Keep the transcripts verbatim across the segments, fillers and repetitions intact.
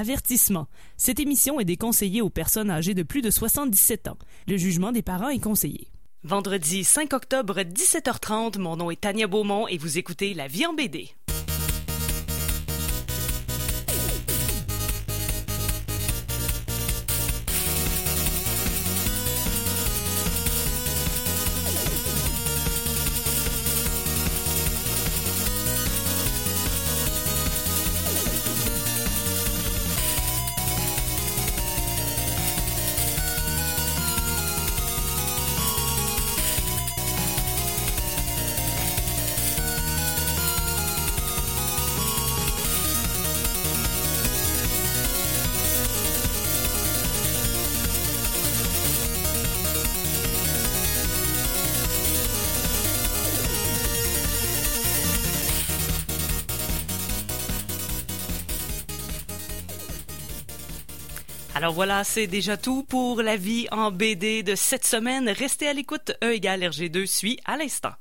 Avertissement. Cette émission est déconseillée aux personnes âgées de plus de soixante-dix-sept ans. Le jugement des parents est conseillé. Vendredi cinq octobre, dix-sept heures trente, mon nom est Tania Beaumont et vous écoutez La Vie en B D. Alors voilà, c'est déjà tout pour La Vie en B D de cette semaine. Restez à l'écoute, E égale R G deux suit à l'instant.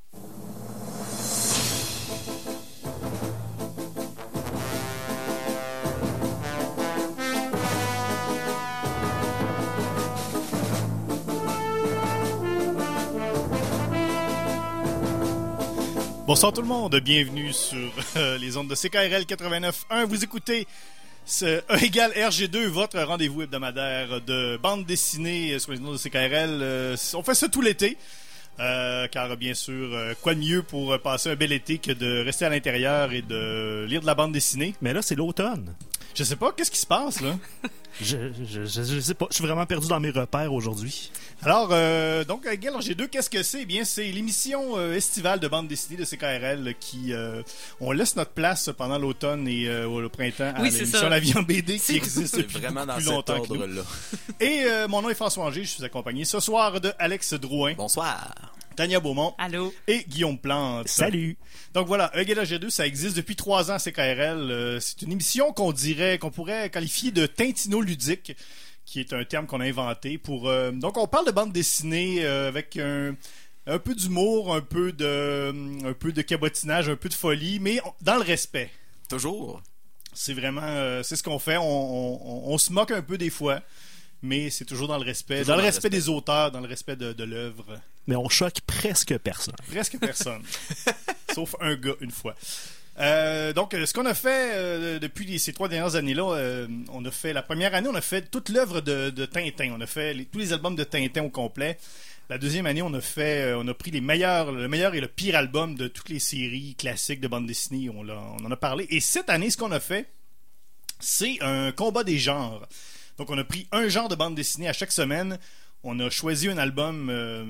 Bonsoir tout le monde, bienvenue sur euh, les ondes de C K R L quatre-vingt-neuf point un. Vous écoutez ce E égale R G deux, votre rendez-vous hebdomadaire de bande dessinée sur les ondes de C K R L. Euh, on fait ça tout l'été, euh, car bien sûr, euh, quoi de mieux pour passer un bel été que de rester à l'intérieur et de lire de la bande dessinée. Mais là, c'est l'automne. Je sais pas, qu'est-ce qui se passe là? je, je, je, je sais pas, je suis vraiment perdu dans mes repères aujourd'hui. Alors, euh, donc, E égale R G deux, qu'est-ce que c'est? Eh bien, c'est l'émission euh, estivale de bande dessinée de C K R L qui, euh, on laisse notre place pendant l'automne et euh, au printemps à oui, l'émission La Vie en B D qui existe c'est depuis vraiment dans plus cet longtemps que nous. ordre-là. Et euh, mon nom est François Angers, je suis accompagné ce soir de Alex Drouin. Bonsoir. Tania Beaumont. Allô. Et Guillaume Plante. Salut. Donc voilà, E égale R G deux, ça existe depuis trois ans à C K R L. Euh, c'est une émission qu'on dirait, qu'on pourrait qualifier de Tintino-ludique, qui est un terme qu'on a inventé pour... Euh, donc on parle de bande dessinée euh, avec un, un peu d'humour, un peu de un peu de cabotinage, un peu de folie, mais on, dans le respect. Toujours. C'est vraiment... Euh, c'est ce qu'on fait. On, on, on se moque un peu des fois, mais c'est toujours dans le respect. Toujours dans le dans le respect, respect des auteurs, dans le respect de, de l'œuvre. Mais on choque presque personne. Presque personne. Sauf un gars, une fois. Euh, donc, ce qu'on a fait euh, depuis les, ces trois dernières années-là, euh, on a fait, la première année, on a fait toute l'œuvre de, de Tintin. On a fait les, tous les albums de Tintin au complet. La deuxième année, on a fait, euh, on a pris les meilleurs, le meilleur et le pire album de toutes les séries classiques de bande dessinée. On, l'a, on en a parlé. Et cette année, ce qu'on a fait, c'est un combat des genres. Donc, on a pris un genre de bande dessinée à chaque semaine. On a choisi un album... Euh,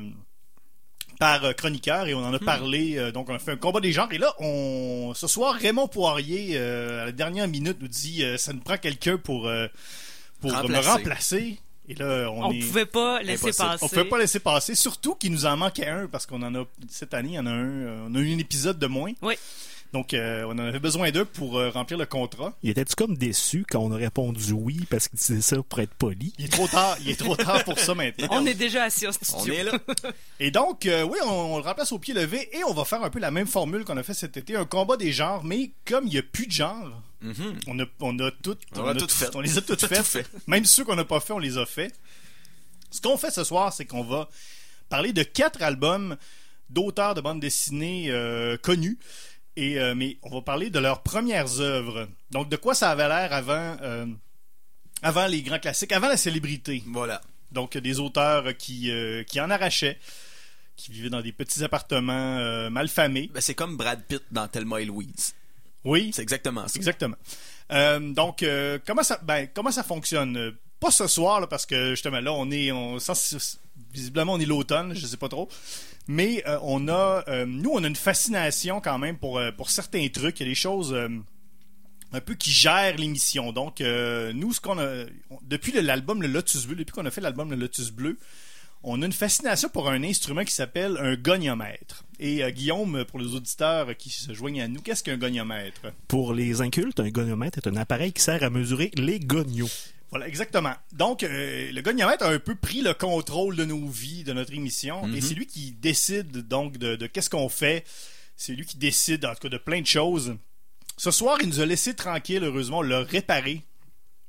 par euh, chroniqueur et on en a parlé, euh, donc on a fait un combat des genres et là, on ce soir, Raymond Poirier euh, à la dernière minute nous dit euh, ça nous prend quelqu'un pour, euh, pour remplacer. me remplacer et là on, On est... pouvait pas laisser Impossible. passer. on pouvait pas laisser passer, surtout qu'il nous en manquait un parce qu'on en a, cette année il y en a un, euh, on a eu un épisode de moins. Oui. Donc, euh, on en avait besoin d'eux pour euh, remplir le contrat. Il était-tu comme déçu quand on a répondu oui parce qu'il disait ça pour être poli? Il est trop tard, il est trop tard pour ça maintenant. On est déjà assis au On studio. est là. Et donc, euh, oui, on, on le remplace au pied levé et on va faire un peu la même formule qu'on a fait cet été, un combat des genres, mais comme il n'y a plus de genres, Mm-hmm. on a, on a toutes, On a toutes faites. on les a toutes On a faites. tout fait. Même ceux qu'on n'a pas fait, on les a fait. Ce qu'on fait ce soir, c'est qu'on va parler de quatre albums d'auteurs de bande dessinée euh, connus. Et, euh, mais on va parler de leurs premières œuvres. Donc, de quoi ça avait l'air avant, euh, avant les grands classiques, avant la célébrité. Voilà. Donc, des auteurs qui, euh, qui en arrachaient, qui vivaient dans des petits appartements euh, malfamés. Ben, c'est comme Brad Pitt dans Thelma et Louise. Oui, C'est exactement ça. exactement. Euh, donc, euh, comment ça, ben, comment ça fonctionne? Euh, Pas ce soir, là, parce que justement, là, on est, on, sens, visiblement, on est l'automne, je sais pas trop. Mais euh, on a, euh, nous, on a une fascination quand même pour, euh, pour certains trucs. Il y a des choses euh, un peu qui gèrent l'émission. Donc, euh, nous, ce qu'on a, on- depuis le- l'album Le Lotus Bleu, depuis qu'on a fait l'album Le Lotus Bleu, on a une fascination pour un instrument qui s'appelle un goniomètre. Et euh, Guillaume, pour les auditeurs qui se joignent à nous, qu'est-ce qu'un goniomètre? Pour les incultes, un goniomètre est un appareil qui sert à mesurer les gonios. Voilà, exactement. Donc, euh, le goniomètre a un peu pris le contrôle de nos vies, de notre émission, Mhm. et c'est lui qui décide donc de, de qu'est-ce qu'on fait. C'est lui qui décide, en tout cas, de plein de choses. Ce soir, il nous a laissé tranquille, heureusement, on l'a réparé.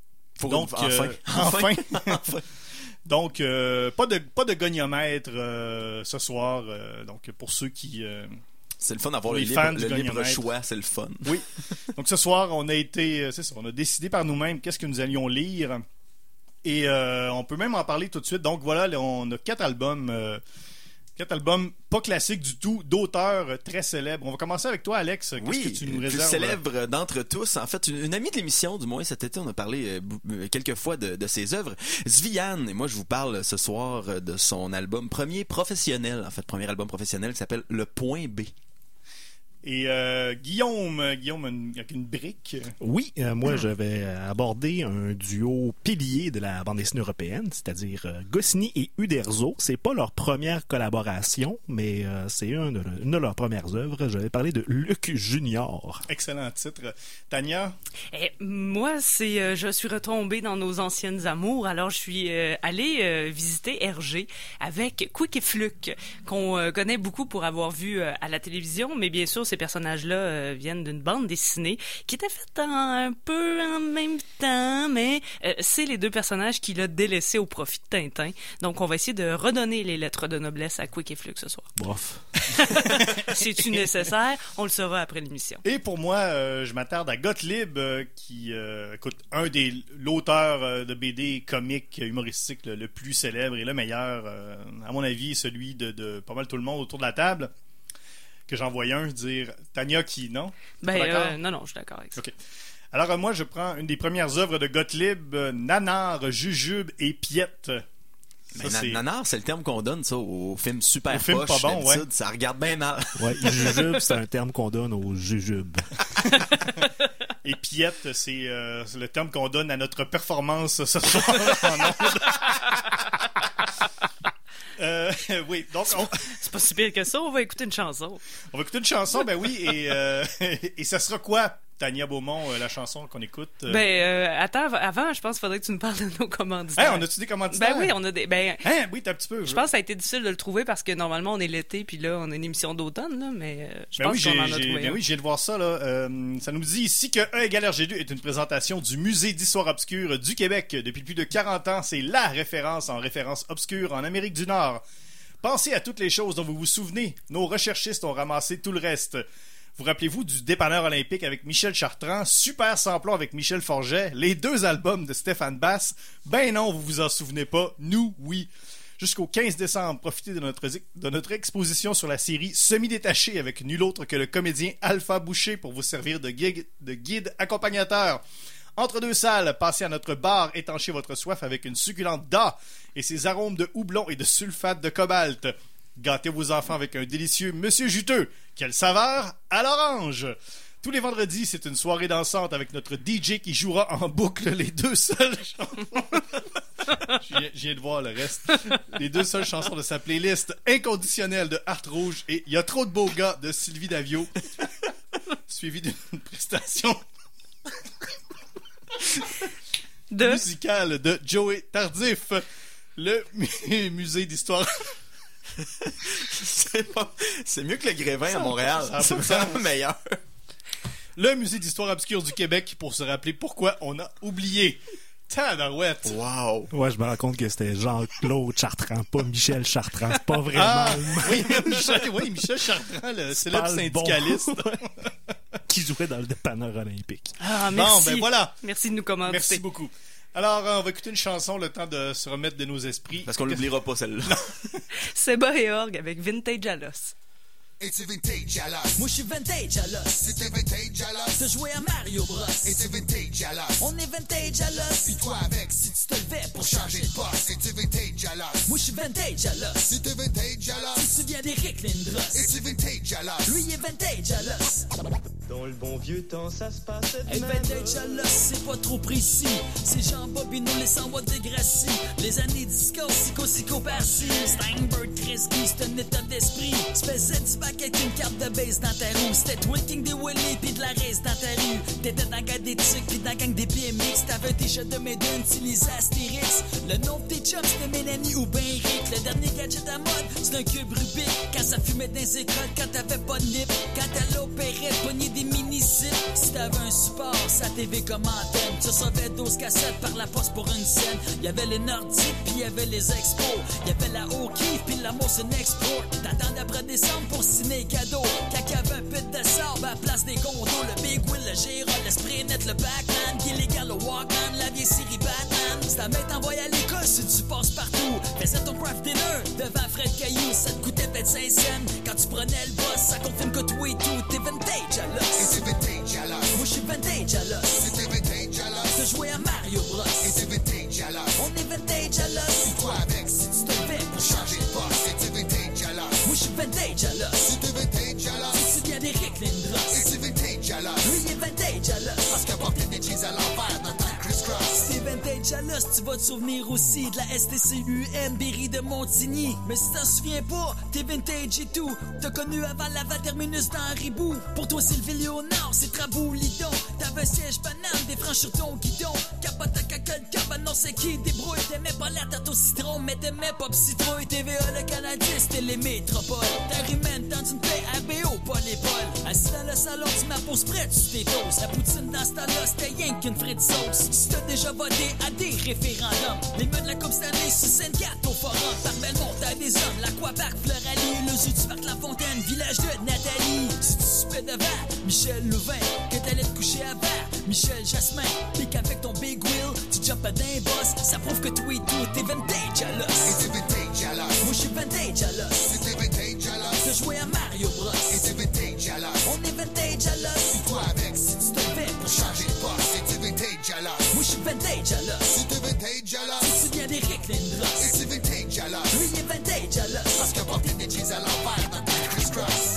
Pour Donc, enfin. euh, enfin. enfin. Donc, euh, pas de pas de goniomètre euh, ce soir. Euh, donc, pour ceux qui... Euh, C'est le fun d'avoir le les libre, fans le du libre goniomètre. choix, c'est le fun. Oui. Donc, ce soir, on a été... C'est ça, on a décidé par nous-mêmes qu'est-ce que nous allions lire. Et euh, on peut même en parler tout de suite. Donc, voilà, là, on a quatre albums... Euh, Quatre albums pas classiques du tout, d'auteurs très célèbres. On va commencer avec toi, Alex. Qu'est-ce Oui, que tu nous le plus réserves? célèbre d'entre tous. En fait, une, une amie de l'émission, du moins cet été, on a parlé euh, quelques fois de, de ses œuvres. Zvian, et moi je vous parle ce soir de son album premier professionnel, en fait, premier album professionnel qui s'appelle Le Point B. Et euh, Guillaume, Guillaume une- avec une brique. Oui, euh, moi, je vais aborder un duo pilier de la bande dessinée européenne, c'est-à-dire euh, Goscinny et Uderzo. C'est pas leur première collaboration, mais euh, c'est une de, une de leurs premières œuvres. Je vais parler de Luc Junior. Excellent titre. Tania? Eh, moi, c'est, euh, je suis retombée dans nos anciennes amours. Alors, je suis euh, allée euh, visiter Hergé avec Quick et Fluke, qu'on euh, connaît beaucoup pour avoir vu euh, à la télévision. Mais bien sûr, ces personnages-là euh, viennent d'une bande dessinée qui était faite en, un peu en même temps, mais euh, c'est les deux personnages qu'il a délaissés au profit de Tintin. Donc, on va essayer de redonner les lettres de noblesse à Quick et Fluke ce soir. Bof. C'est-tu nécessaire? On le saura après l'émission. Et pour moi, euh, je m'attarde à Gottlieb, euh, qui euh, écoute, un des l'auteur euh, de B D comique humoristique le, le plus célèbre et le meilleur, euh, à mon avis, celui de, de pas mal tout le monde autour de la table. Que j'en voyais un dire Tania qui, non? Ben, Pas d'accord? euh, non, non, je suis d'accord avec ça. OK. Alors, euh, moi, je prends une des premières œuvres de Gottlieb, euh, Nanar, Jujube et Piette. Mais Ça, na- c'est- nanar, c'est le terme qu'on donne ça aux films super Aux films poches. pas bons, d'habitude. ouais. Ça regarde bien mal. Ouais, jujube, c'est un terme qu'on donne aux jujubes. Et Piette, c'est euh, c'est le terme qu'on donne à notre performance ce soir en ondes. Euh, oui, donc on, C'est pas si pire que ça, on va écouter une chanson. on va écouter une chanson, ben oui, et, euh, et ça sera quoi, Tania Beaumont, euh, la chanson qu'on écoute? euh? Ben, euh, attends, avant, je pense qu'il faudrait que tu nous parles de nos commanditaires. Hein, on a-tu des commanditaires? Ben oui, on a des... Ben, Hein, oui, t'as un petit peu. je pense que ça a été difficile de le trouver parce que normalement, on est l'été, puis là, on a une émission d'automne, là, mais euh, je Ben pense oui, qu'on j'ai, en a j'ai- trouvé ben un. oui, j'ai de voir ça, là. Euh, ça nous dit ici que E égale R G deux est une présentation du Musée d'Histoire obscure du Québec. Depuis plus de quarante ans, c'est la référence en référence obscure en Amérique du Nord. Pensez à toutes les choses dont vous vous souvenez. Nos recherchistes ont ramassé tout le reste. Vous rappelez-vous du Dépanneur olympique avec Michel Chartrand, Super Samplon avec Michel Forget, les deux albums de Stéphane Basse? Ben non, vous vous en souvenez pas. Nous, oui. Jusqu'au quinze décembre, profitez de notre, de notre exposition sur la série Semi-détaché avec nul autre que le comédien Alpha Boucher pour vous servir de guide, de guide accompagnateur. Entre deux salles, passez à notre bar, étanchez votre soif avec une succulente da et ses arômes de houblon et de sulfate de cobalt. Gâtez vos enfants avec un délicieux Monsieur Juteux. Quelle saveur? À l'orange! Tous les vendredis, c'est une soirée dansante avec notre D J qui jouera en boucle les deux seules chansons. Je viens, je viens de voir le reste. Les deux seules chansons de sa playlist inconditionnelle de Art Rouge et Il y a trop de beaux gars de Sylvie Davio. Suivi d'une prestation De... musicale de Joey Tardif. Le mu- musée d'histoire. c'est, pas- c'est mieux que le Grévin à Montréal. ça a C'est pas de vraiment sens. meilleur. Le musée d'histoire obscure du Québec pour se rappeler pourquoi on a oublié. Tabarouette. Wow. Ouais, je me rends compte que c'était Jean-Claude Chartrand, pas Michel Chartrand. C'est pas vraiment Ah, le même oui, Michel, oui, Michel Chartrand, le célèbre pas le bon. syndicaliste. qui jouait dans le dépanneur olympique. Ah, Bon, merci. ben voilà. Merci de nous commanditer. Merci beaucoup. Alors, euh, on va écouter une chanson, le temps de se remettre de nos esprits. Parce qu'on l'oubliera pas, celle-là. Seba et Org avec Vintage à l'os. It's a vintage à l'os. Moi je suis vintage à l'os. C'était vintage à l'os. T'as joué à Mario Bros. It's a vintage à l'os. On est vintage à l'os. Puis toi avec, Si tu te levais pour pour changer de poste. It's a vintage à l'os. Moi je suis vintage à l'os. C'était vintage à Tu l'os. te souviens d'Eric Lindros. It's a vintage à l'os. Lui il est vintage à l'os. Dans le bon vieux temps, ça se passait de Hey, même. vintage à l'os, c'est pas trop précis. C'est Jean Bobino, les cent watts de Gracie. Les années disco, Sico Sico par-ci. Steinberg, Chris Guy, c'est un état d'esprit. Tu faisais du bac avec une carte de base dans ta roue. C'était Twinking des Willy pis de la race dans ta rue. T'étais dans la gang des tucs pis dans la gang des P M X. T'avais un t-shirt de Maiden, tu lisais Astérix. Le nom de tes chums, c'était Mélanie ou ben Rick. Le dernier gadget à mode, c'est un cube Rubik. Quand ça fumait dans les écoles, quand t'avais pas de nip. Quand t'allais au Perret, pogner des des mini-sites. Si t'avais un support, sa T V comme antenne. Tu recevais douze cassettes par la poste pour une scène. Y'avait les Nordiques, puis y'avait les Expos. Y'avait la Hockey, puis l'amour c'est une export. T'attendais après décembre pour signer cadeau. Quand y'avait un pit de sable à la place des condos. Le Big Wheel, le Gérard, le Spray Net, le Pac-Man. Illégal, le Walkman, la vieille série Batman. Si ta mère t'envoyait à l'école, si tu passes partout. Faisais ton craft dinner devant Fred Caillou. Ça te coûtait peut-être cinq cents. Quand tu prenais le boss, ça confirme que tout et tout. T'es vintage à l'os. Et c'est vintage à l'os. Moi j'suis vintage à l'os. C'était vintage à l'os. De jouer à Mario Bros. Et c'est vintage à l'os. On est vintage à l'os. Et toi avec, si tu te Fais pour changer de poste, c'était vintage à l'os. Moi j'suis vintage à l'os. C'était vintage à l'os. Tu viens d'Éric Et Lindros. c'est vintage à l'os. Lui il est vintage à l'os. Parce qu'à porter des jeans à l'envers dans ton criss-cross. Si t'es vintage à l'os, tu vas te souvenir aussi de la S T C U M Berry de Montigny. Mais si t'en souviens pas, t'es vintage et tout. T'as connu avant la Val-Terminus dans Ribou. Pour toi, c'est le Ville-au-Nord, c'est Trabou-Lidon. T'avais un siège banane, des franges sur ton guidon. Capote à caca, le cabanon, c'est qui débrouille. T'aimais pas la tarte au citron, mais t'aimais pas citrouille. T V A, le Canadien, c'était les métropoles. Ta rumène dans une paix à B O, pas l'épaule. Assis dans le salon, tu m'as pose près, tu t'étoses. La poutine dans ce temps-là, c'était rien qu'une frite sauce. Si t'as déjà voté à des référendums, les meutes de la Coupe Stanley, sur Sainte-Cat au forum. Par Belmont, t'as des hommes, l'Aquapark, Floralie, le zoo du parc La Fontaine, village de Nathalie. Si tu soupais devant Michel Louvain, que t'allais te coucher avant Michel Jasmin, pis qu'avec ton Big Wheel, tu jumpes à d'un boss, ça prouve que toi et tout, t'es vintage à l'os. Et c'est vintage à l'os. Moi j'suis vintage à l'os. C'était vintage à l'os. De jouer à Mario Bros. Et c'est vintage à l'os. On est vintage à l'os. Et toi avec, si tu te Fais pour changer de poste, c'était vintage à l'os. Moi j'suis vintage à l'os. C'était vintage à l'os. Tu viens d'Éric Lindros. Et c'est vintage à l'os. Lui il est vintage à l'os. Parce qu'à porter des jeans à l'envers dans ton criss-cross.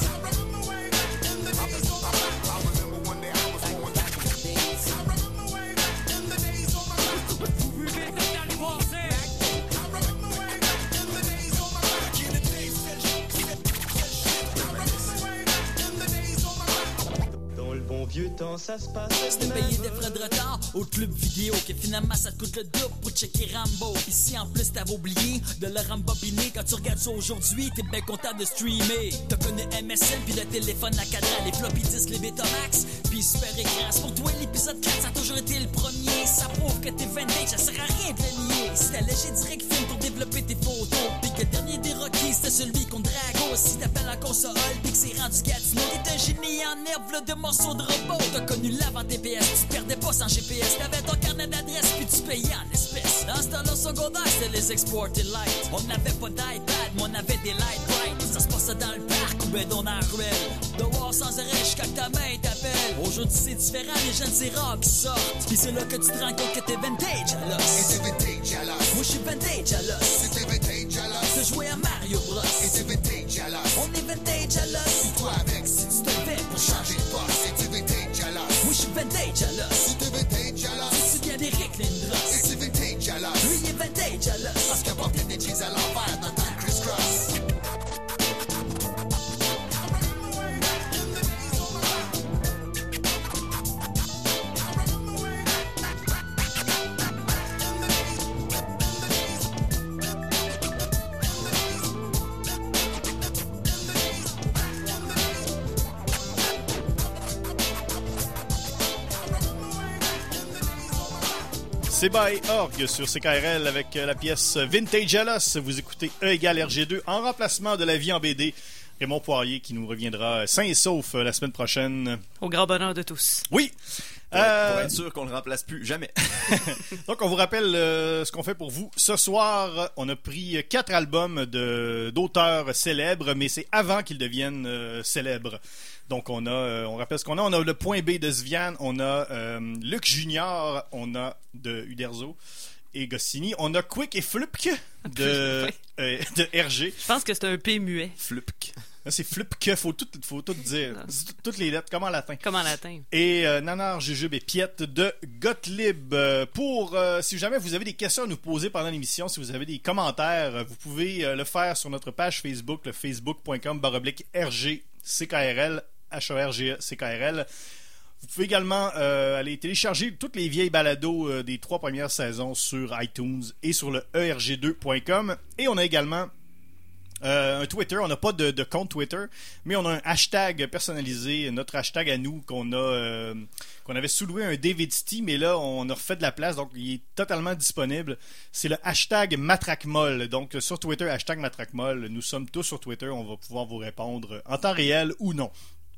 Dans le bon vieux temps, ça se passe. C'était payé des frais de retard au club vidéo, que finalement ça te coûte le double pour checker Rambo. Ici en plus t'avais oublié de le rembobiner. Quand tu regardes ça aujourd'hui, t'es bien content de streamer. T'as connu M S N puis le téléphone à cadran, les floppy disks, les Betamax, puis super écran. C'est pour toi l'épisode quatre, ça a toujours été le premier. Ça prouve que t'es vintage, ça sert à rien de le nier. C'était léger direct film pour développer tes photos. Puis que le dernier des Rocky, c'était celui contre Drago. Si t'appelles en console, puis que c'est rendu Gatineau, t'es un génie en herbe, là, de morceaux de robot. T'as connu l'avant T P S, tu perdais pas sans G P S. T'avais ton carnet d'adresse, puis tu payais en espèces. Dans ce temps-là, secondaire, c'était les exported light. On n'avait pas d'iPad, mais on avait des light bright. Ça se passait dans le parc ou ben dans la ruelle. Dehors sans arrêt jusqu'à que ta main t'appelle. Aujourd'hui, c'est différent, les jeunes, c'est rare qui sortent. Puis c'est là que tu te rends compte que t'es vintage à Et l'os. c'est vintage à l'os. Moi, j'suis vintage à l'os. C'était vintage à l'os. De jouer à Mario Bros. Et c'est vintage à l'os. On est vintage à l'os. Et toi avec, si tu te Fais pour changer de poste, c'était vintage à l'os. Moi, j'suis vintage à l'os. C'était vintage à l'os. Tu viens d'Éric Et Lindros. c'est vintage à l'os. Lui, il est vintage à l'os. Parce qu'à porter des jeans à l'envers dans ton criss-cross. C'est by Org sur C K R L avec la pièce Vintage à l'os. Vous écoutez E égale R G deux en remplacement de La Vie en B D. Raymond Poirier qui nous reviendra sain et sauf la semaine prochaine. Au grand bonheur de tous. Oui! Pour, être, Euh, pour être sûr qu'on le remplace plus jamais. Donc, on vous rappelle euh, ce qu'on fait pour vous. Ce soir, on a pris quatre albums de, d'auteurs célèbres, mais c'est avant qu'ils deviennent euh, célèbres. Donc, on a, euh, on rappelle ce qu'on a. On a le Point B de Svian, on a euh, Luc Junior, on a de Uderzo et Goscinny. On a Quick et Flupk de, euh, de R G. Je pense que c'est un P muet, Flupk. Là, c'est Flupk, faut tout, faut tout dire. C'est tout- toutes les lettres, comme en latin. comme en latin. Et euh, Nanar, Jujube et Piette de Gottlieb. Euh, pour, euh, si jamais vous avez des questions à nous poser pendant l'émission, si vous avez des commentaires, euh, vous pouvez euh, le faire sur notre page Facebook, le facebook.com baroblique RGCKRL, H O R G E C K R L. Vous pouvez également euh, aller télécharger toutes les vieilles balados euh, des trois premières saisons sur iTunes et sur le E R G deux point com. Et on a également Euh, un Twitter, on n'a pas de, de compte Twitter, mais on a un hashtag personnalisé, notre hashtag à nous qu'on a euh, qu'on avait sous-loué un D V D, mais là on a refait de la place, donc il est totalement disponible. C'est le hashtag MatraqueMolle. Donc sur Twitter, hashtag MatraqueMolle. Nous sommes tous sur Twitter, on va pouvoir vous répondre en temps réel ou non.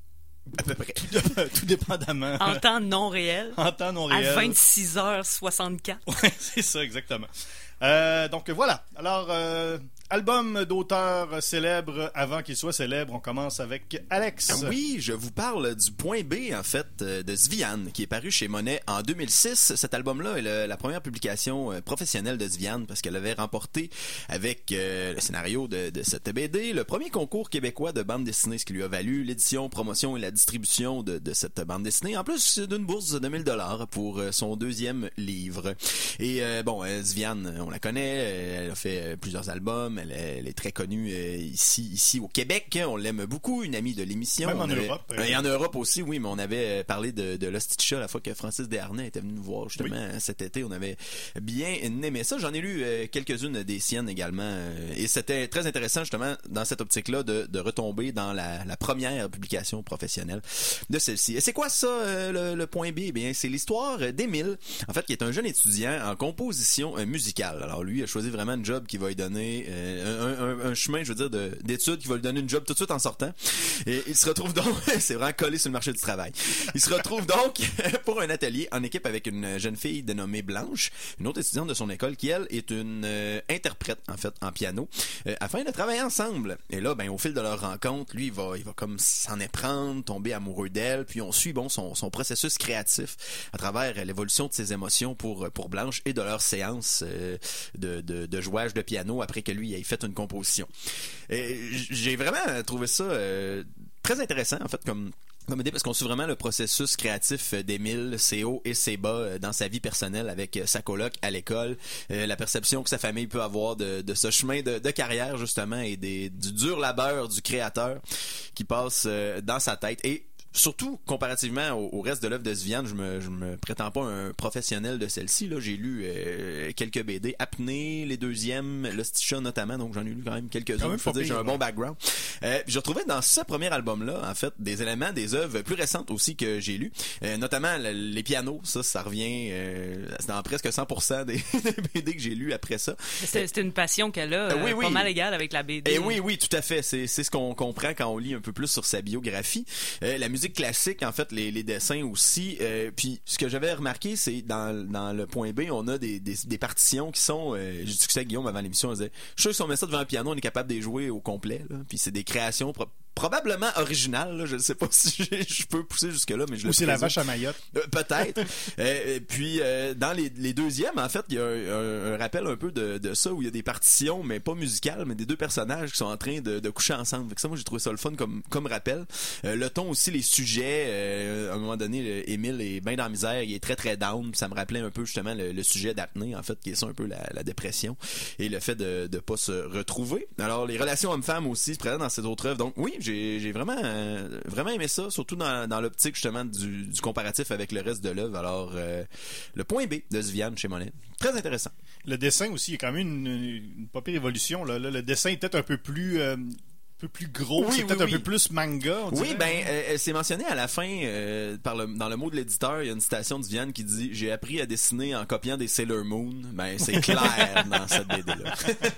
À peu près. Tout, tout dépendamment. En temps non réel. En temps non réel. À vingt-six heures soixante-quatre. Ouais, c'est ça, exactement. Euh, donc voilà. Alors, euh, album d'auteur célèbre avant qu'il soit célèbre, on commence avec Alex. Ah oui, je vous parle du Point B, en fait, de Zvian, qui est paru chez Monet en deux mille six. Cet album-là est le, la première publication euh, professionnelle de Zvian, parce qu'elle avait remporté avec euh, le scénario de, de cette B D le premier concours québécois de bande dessinée, ce qui lui a valu l'édition, promotion et la distribution de, de cette bande dessinée, en plus d'une bourse de mille dollars pour euh, son deuxième livre. Et euh, bon, euh, Zvian, on la connaît, elle a fait plusieurs albums, elle est, elle est très connue euh, ici, ici au Québec, on l'aime beaucoup, une amie de l'émission. Même en avait, Europe. Euh, et en Europe aussi, oui, mais on avait parlé de, de l'Hostie la fois que Francis Desharnais était venu nous voir justement oui. cet été, on avait bien aimé ça. J'en ai lu euh, quelques-unes des siennes également, euh, et c'était très intéressant justement dans cette optique-là de, de retomber dans la, la première publication professionnelle de celle-ci. Et c'est quoi ça, euh, le, le Point B? Eh bien, c'est l'histoire d'Émile, en fait, qui est un jeune étudiant en composition euh, musicale. Alors lui, il a choisi vraiment une job qui va lui donner euh, un, un, un chemin, je veux dire, de, d'études qui va lui donner une job tout de suite en sortant. Et il se retrouve donc, c'est vraiment collé sur le marché du travail. Il se retrouve donc pour un atelier en équipe avec une jeune fille dénommée Blanche, une autre étudiante de son école qui, elle, est une euh, interprète, en fait, en piano, euh, afin de travailler ensemble. Et là, ben, au fil de leur rencontre, lui, il va, il va comme s'en éprendre, tomber amoureux d'elle, puis on suit, bon, son, son processus créatif à travers l'évolution de ses émotions pour, pour Blanche et de leur séance euh, de, de, de jouage de piano après que lui ait fait une composition. Et j'ai vraiment trouvé ça euh, très intéressant, en fait, comme Comme idée, parce qu'on suit vraiment le processus créatif d'Émile, ses hauts et ses bas dans sa vie personnelle avec sa coloc à l'école, euh, la perception que sa famille peut avoir de, de ce chemin de, de carrière justement et des, du dur labeur du créateur qui passe euh, dans sa tête. Et surtout, comparativement au, au reste de l'œuvre de Zvian, je me, je me prétends pas un professionnel de celle-ci. Là, j'ai lu euh, quelques B D, Apnée, les deuxièmes, L'Hostie notamment, donc j'en ai lu quand même quelques-uns. Quand même je veux dire, j'ai un ouais. bon background. Euh, j'ai retrouvé dans ce premier album-là, en fait, des éléments, des œuvres plus récentes aussi que j'ai lues, euh, notamment le, les pianos. Ça, ça revient euh, dans presque cent pour cent des, des B D que j'ai lus après ça. C'est, c'est une passion qu'elle a, euh, oui, oui. pas mal égale avec la B D. Et oui, oui, tout à fait. C'est, c'est ce qu'on comprend quand on lit un peu plus sur sa biographie. Euh, la musique classique, en fait, les, les dessins aussi. Euh, puis ce que j'avais remarqué, c'est dans, dans le Point B, on a des, des, des partitions qui sont, euh, je discutais avec Guillaume avant l'émission, on disait, je suis sûr que si on met ça devant un piano, on est capable de les jouer au complet. Là. Puis c'est des créations pro- probablement originales. Là. Je ne sais pas si je peux pousser jusque-là, mais je le Ou c'est présume. la vache à Mayotte. Euh, peut-être. euh, puis euh, dans les, les deuxièmes, en fait, il y a un, un, un rappel un peu de, de ça, où il y a des partitions, mais pas musicales, mais des deux personnages qui sont en train de, de coucher ensemble. Fait que ça, moi, j'ai trouvé ça le fun comme, comme rappel. Euh, le ton aussi, les sujets, euh, à un moment donné, Émile est bien dans la misère, il est très très down. Ça me rappelait un peu justement le, le sujet d'apnée, en fait, qui est ça un peu la, la dépression et le fait de ne pas se retrouver. Alors, les relations hommes-femmes aussi se présentent dans ces autres œuvres. Donc oui, j'ai, j'ai vraiment, euh, vraiment aimé ça, surtout dans, dans l'optique justement du, du comparatif avec le reste de l'œuvre. Alors, euh, le Point B de Zvian chez Monet. Très intéressant. Le dessin aussi, il y a quand même une, une pas pire évolution. Là. Là, le dessin est peut-être un peu plus... Euh... un peu plus gros, oui, c'est oui, peut-être oui. un peu plus manga, on dirait. Oui, ben, euh, c'est mentionné à la fin, euh, par le, dans le mot de l'éditeur, il y a une citation de Zvian qui dit « J'ai appris à dessiner en copiant des Sailor Moon ». Ben, c'est clair dans cette B D-là.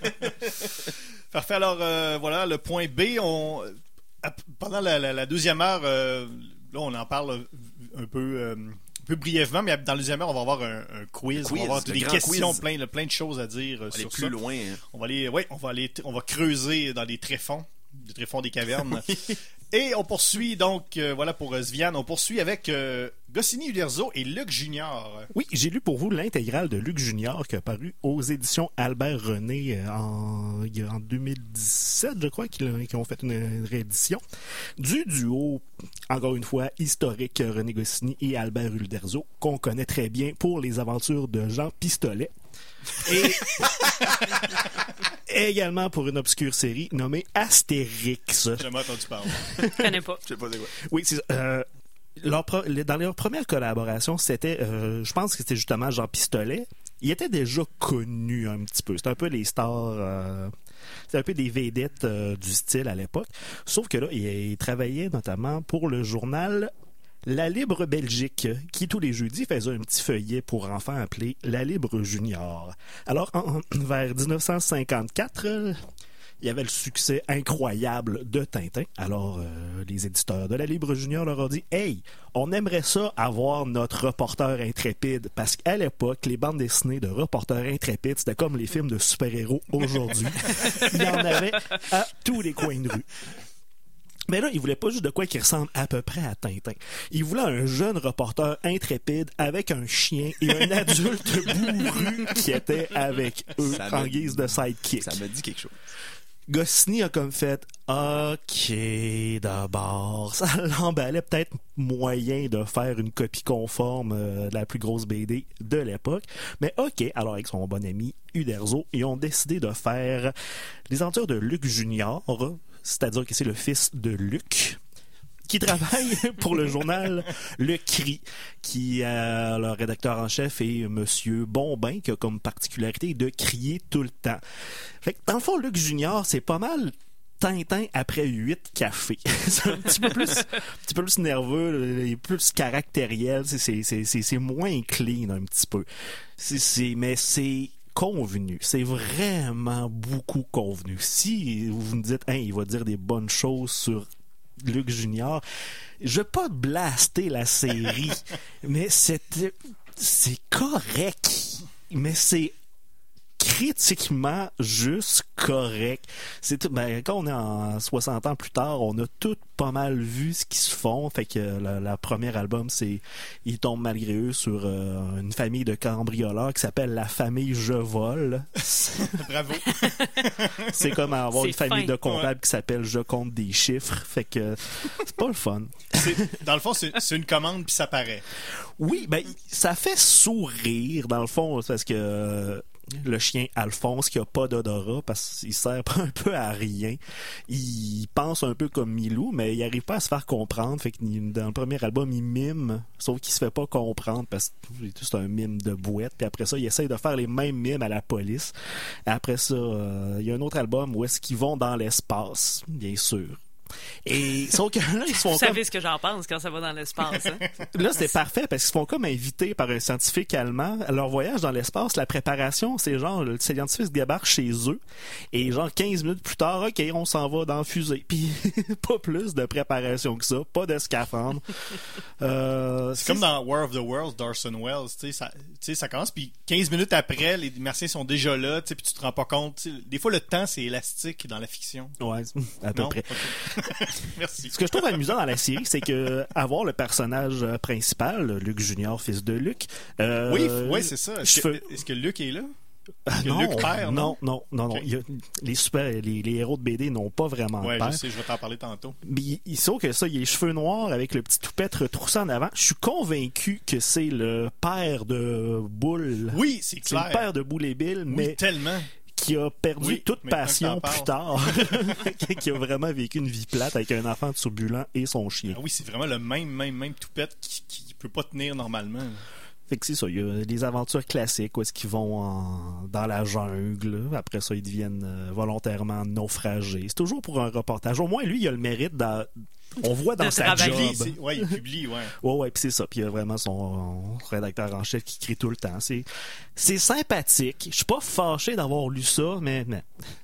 Parfait, alors euh, voilà, le Point B, on, pendant la, la, la deuxième heure, euh, là, on en parle un peu... Euh, peu brièvement, mais dans la deuxième heure, on va avoir un, un quiz, quiz, on va avoir des questions, plein, plein de choses à dire on va sur aller plus ça. loin. Hein. On va aller, ouais, on va aller, on va creuser dans les tréfonds, les tréfonds des cavernes. Et on poursuit donc, euh, voilà pour euh, Zvian, on poursuit avec euh, Goscinny Uderzo et Luc Junior. Oui, j'ai lu pour vous l'intégrale de Luc Junior qui a paru aux éditions Albert René en, en deux mille dix-sept, je crois, qu'ils, qu'ils ont fait une, une réédition du duo, encore une fois, historique René Goscinny et Albert Uderzo, qu'on connaît très bien pour les aventures de Jean Pistolet. Et également pour une obscure série nommée Astérix. J'ai jamais entendu parler. Je connais pas. Je sais pas c'est quoi. Oui, c'est euh, leur pro- dans leur première collaboration, c'était, euh, je pense que c'était justement Jean Pistolet. Il était déjà connu un petit peu. C'était un peu les stars euh, C'était un peu des vedettes euh, du style à l'époque. Sauf que là, il, il travaillait notamment pour le journal La Libre Belgique, qui tous les jeudis faisait un petit feuillet pour enfants appelé La Libre Junior. Alors, en, vers dix-neuf cent cinquante-quatre, euh, il y avait le succès incroyable de Tintin. Alors, euh, les éditeurs de La Libre Junior leur ont dit « Hey, on aimerait ça avoir notre reporter intrépide. » Parce qu'à l'époque, les bandes dessinées de reporters intrépides, c'était comme les films de super-héros aujourd'hui. Il y en avait à tous les coins de rue. Mais là, il voulait pas juste de quoi qui ressemble à peu près à Tintin. Il voulait un jeune reporter intrépide avec un chien et un adulte bourru qui était avec eux Ça en me- guise de sidekick. Ça me dit quelque chose. Goscinny a comme fait « OK, d'abord, ça l'emballait peut-être moyen de faire une copie conforme euh, de la plus grosse B D de l'époque. Mais OK, alors avec son bon ami Uderzo, ils ont décidé de faire les aventures de Luc Junior, c'est-à-dire que c'est le fils de Luc, qui travaille pour le journal Le Cri, qui euh, le rédacteur en chef est Monsieur Bombin, qui a comme particularité de crier tout le temps. Fait que dans le fond, Luc Junior, c'est pas mal Tintin après huit cafés. C'est un petit peu plus, un petit peu plus nerveux, il est plus caractériel, c'est, c'est, c'est, c'est, c'est moins clean un petit peu. C'est, c'est, mais c'est convenu. C'est vraiment beaucoup convenu. Si vous me dites, hein, il va dire des bonnes choses sur Luc Junior, je veux pas blaster la série, mais c'était, c'est correct, mais c'est critiquement juste correct. C'est tout, ben, quand on est en soixante ans plus tard, on a tout pas mal vu ce qui se font. Fait que la, la premier album, c'est ils tombent malgré eux sur euh, une famille de cambrioleurs qui s'appelle la famille Je Vole. Bravo. C'est comme avoir C'est une famille fin. de comptables qui s'appelle Je compte des chiffres. Fait que c'est pas le fun. C'est- dans le fond, c'est c'est une commande puis ça paraît. Oui, ben ça fait sourire dans le fond parce que euh, le chien Alphonse qui a pas d'odorat parce qu'il sert pas un peu à rien. Il pense un peu comme Milou, mais il arrive pas à se faire comprendre. Fait que dans le premier album, il mime, sauf qu'il se fait pas comprendre parce que c'est un mime de bouette. Puis après ça, il essaye de faire les mêmes mimes à la police. Et après ça, euh, il y a un autre album où est-ce qu'ils vont dans l'espace, bien sûr. Et sauf que là, ils se font Vous comme... savez ce que j'en pense quand ça va dans l'espace. Hein? Là, c'est parfait parce qu'ils se font comme invités par un scientifique allemand. À leur voyage dans l'espace, la préparation, c'est genre, le scientifique débarque chez eux et genre quinze minutes plus tard, OK, on s'en va dans la fusée. Puis pas plus de préparation que ça, pas de scaphandre. Euh, C'est comme dans War of the Worlds d'Orson Welles, tu sais, ça, tu sais, ça commence, puis quinze minutes après, les Martiens sont déjà là, tu sais, puis tu te rends pas compte. Tu sais, des fois, le temps, c'est élastique dans la fiction. Ouais, à peu Non? près. Ok. Merci. Ce que je trouve amusant dans la série, c'est que avoir le personnage principal, Luc Junior, fils de Luc. Euh, Oui, f- ouais, c'est ça. Est-ce que, cheveux- est-ce que Luc est là? Ah, que non, Luc perd, non? non, non, non, non. Ok. Il y a- les super, les, les héros de B D n'ont pas vraiment Ouais, de père. je sais, je vais t'en parler tantôt. Mais il- il sauf que ça, il a les cheveux noirs avec le petit toupette retroussé en avant. Je suis convaincu que c'est le père de Boule. Oui, c'est C'est clair. le père de Boule et Bill, Oui, mais tellement. qui a perdu Oui, toute maintenant que passion t'en plus tard. Qui a vraiment vécu une vie plate avec un enfant turbulent et son chien. Ah oui, c'est vraiment le même, même, même toupette qui, qui peut pas tenir normalement. Fait que c'est ça, il y a les aventures classiques où est-ce qu'ils vont en- dans la jungle. Après ça, ils deviennent euh, volontairement naufragés. C'est toujours pour un reportage. Au moins, lui, il a le mérite dans... On voit dans De sa travailler. job. C'est- Ouais, il publie, ouais. Ouais, ouais, puis c'est ça. Puis il y a vraiment son rédacteur en chef qui crie tout le temps. C'est, c'est sympathique. Je suis pas fâché d'avoir lu ça, mais, mais...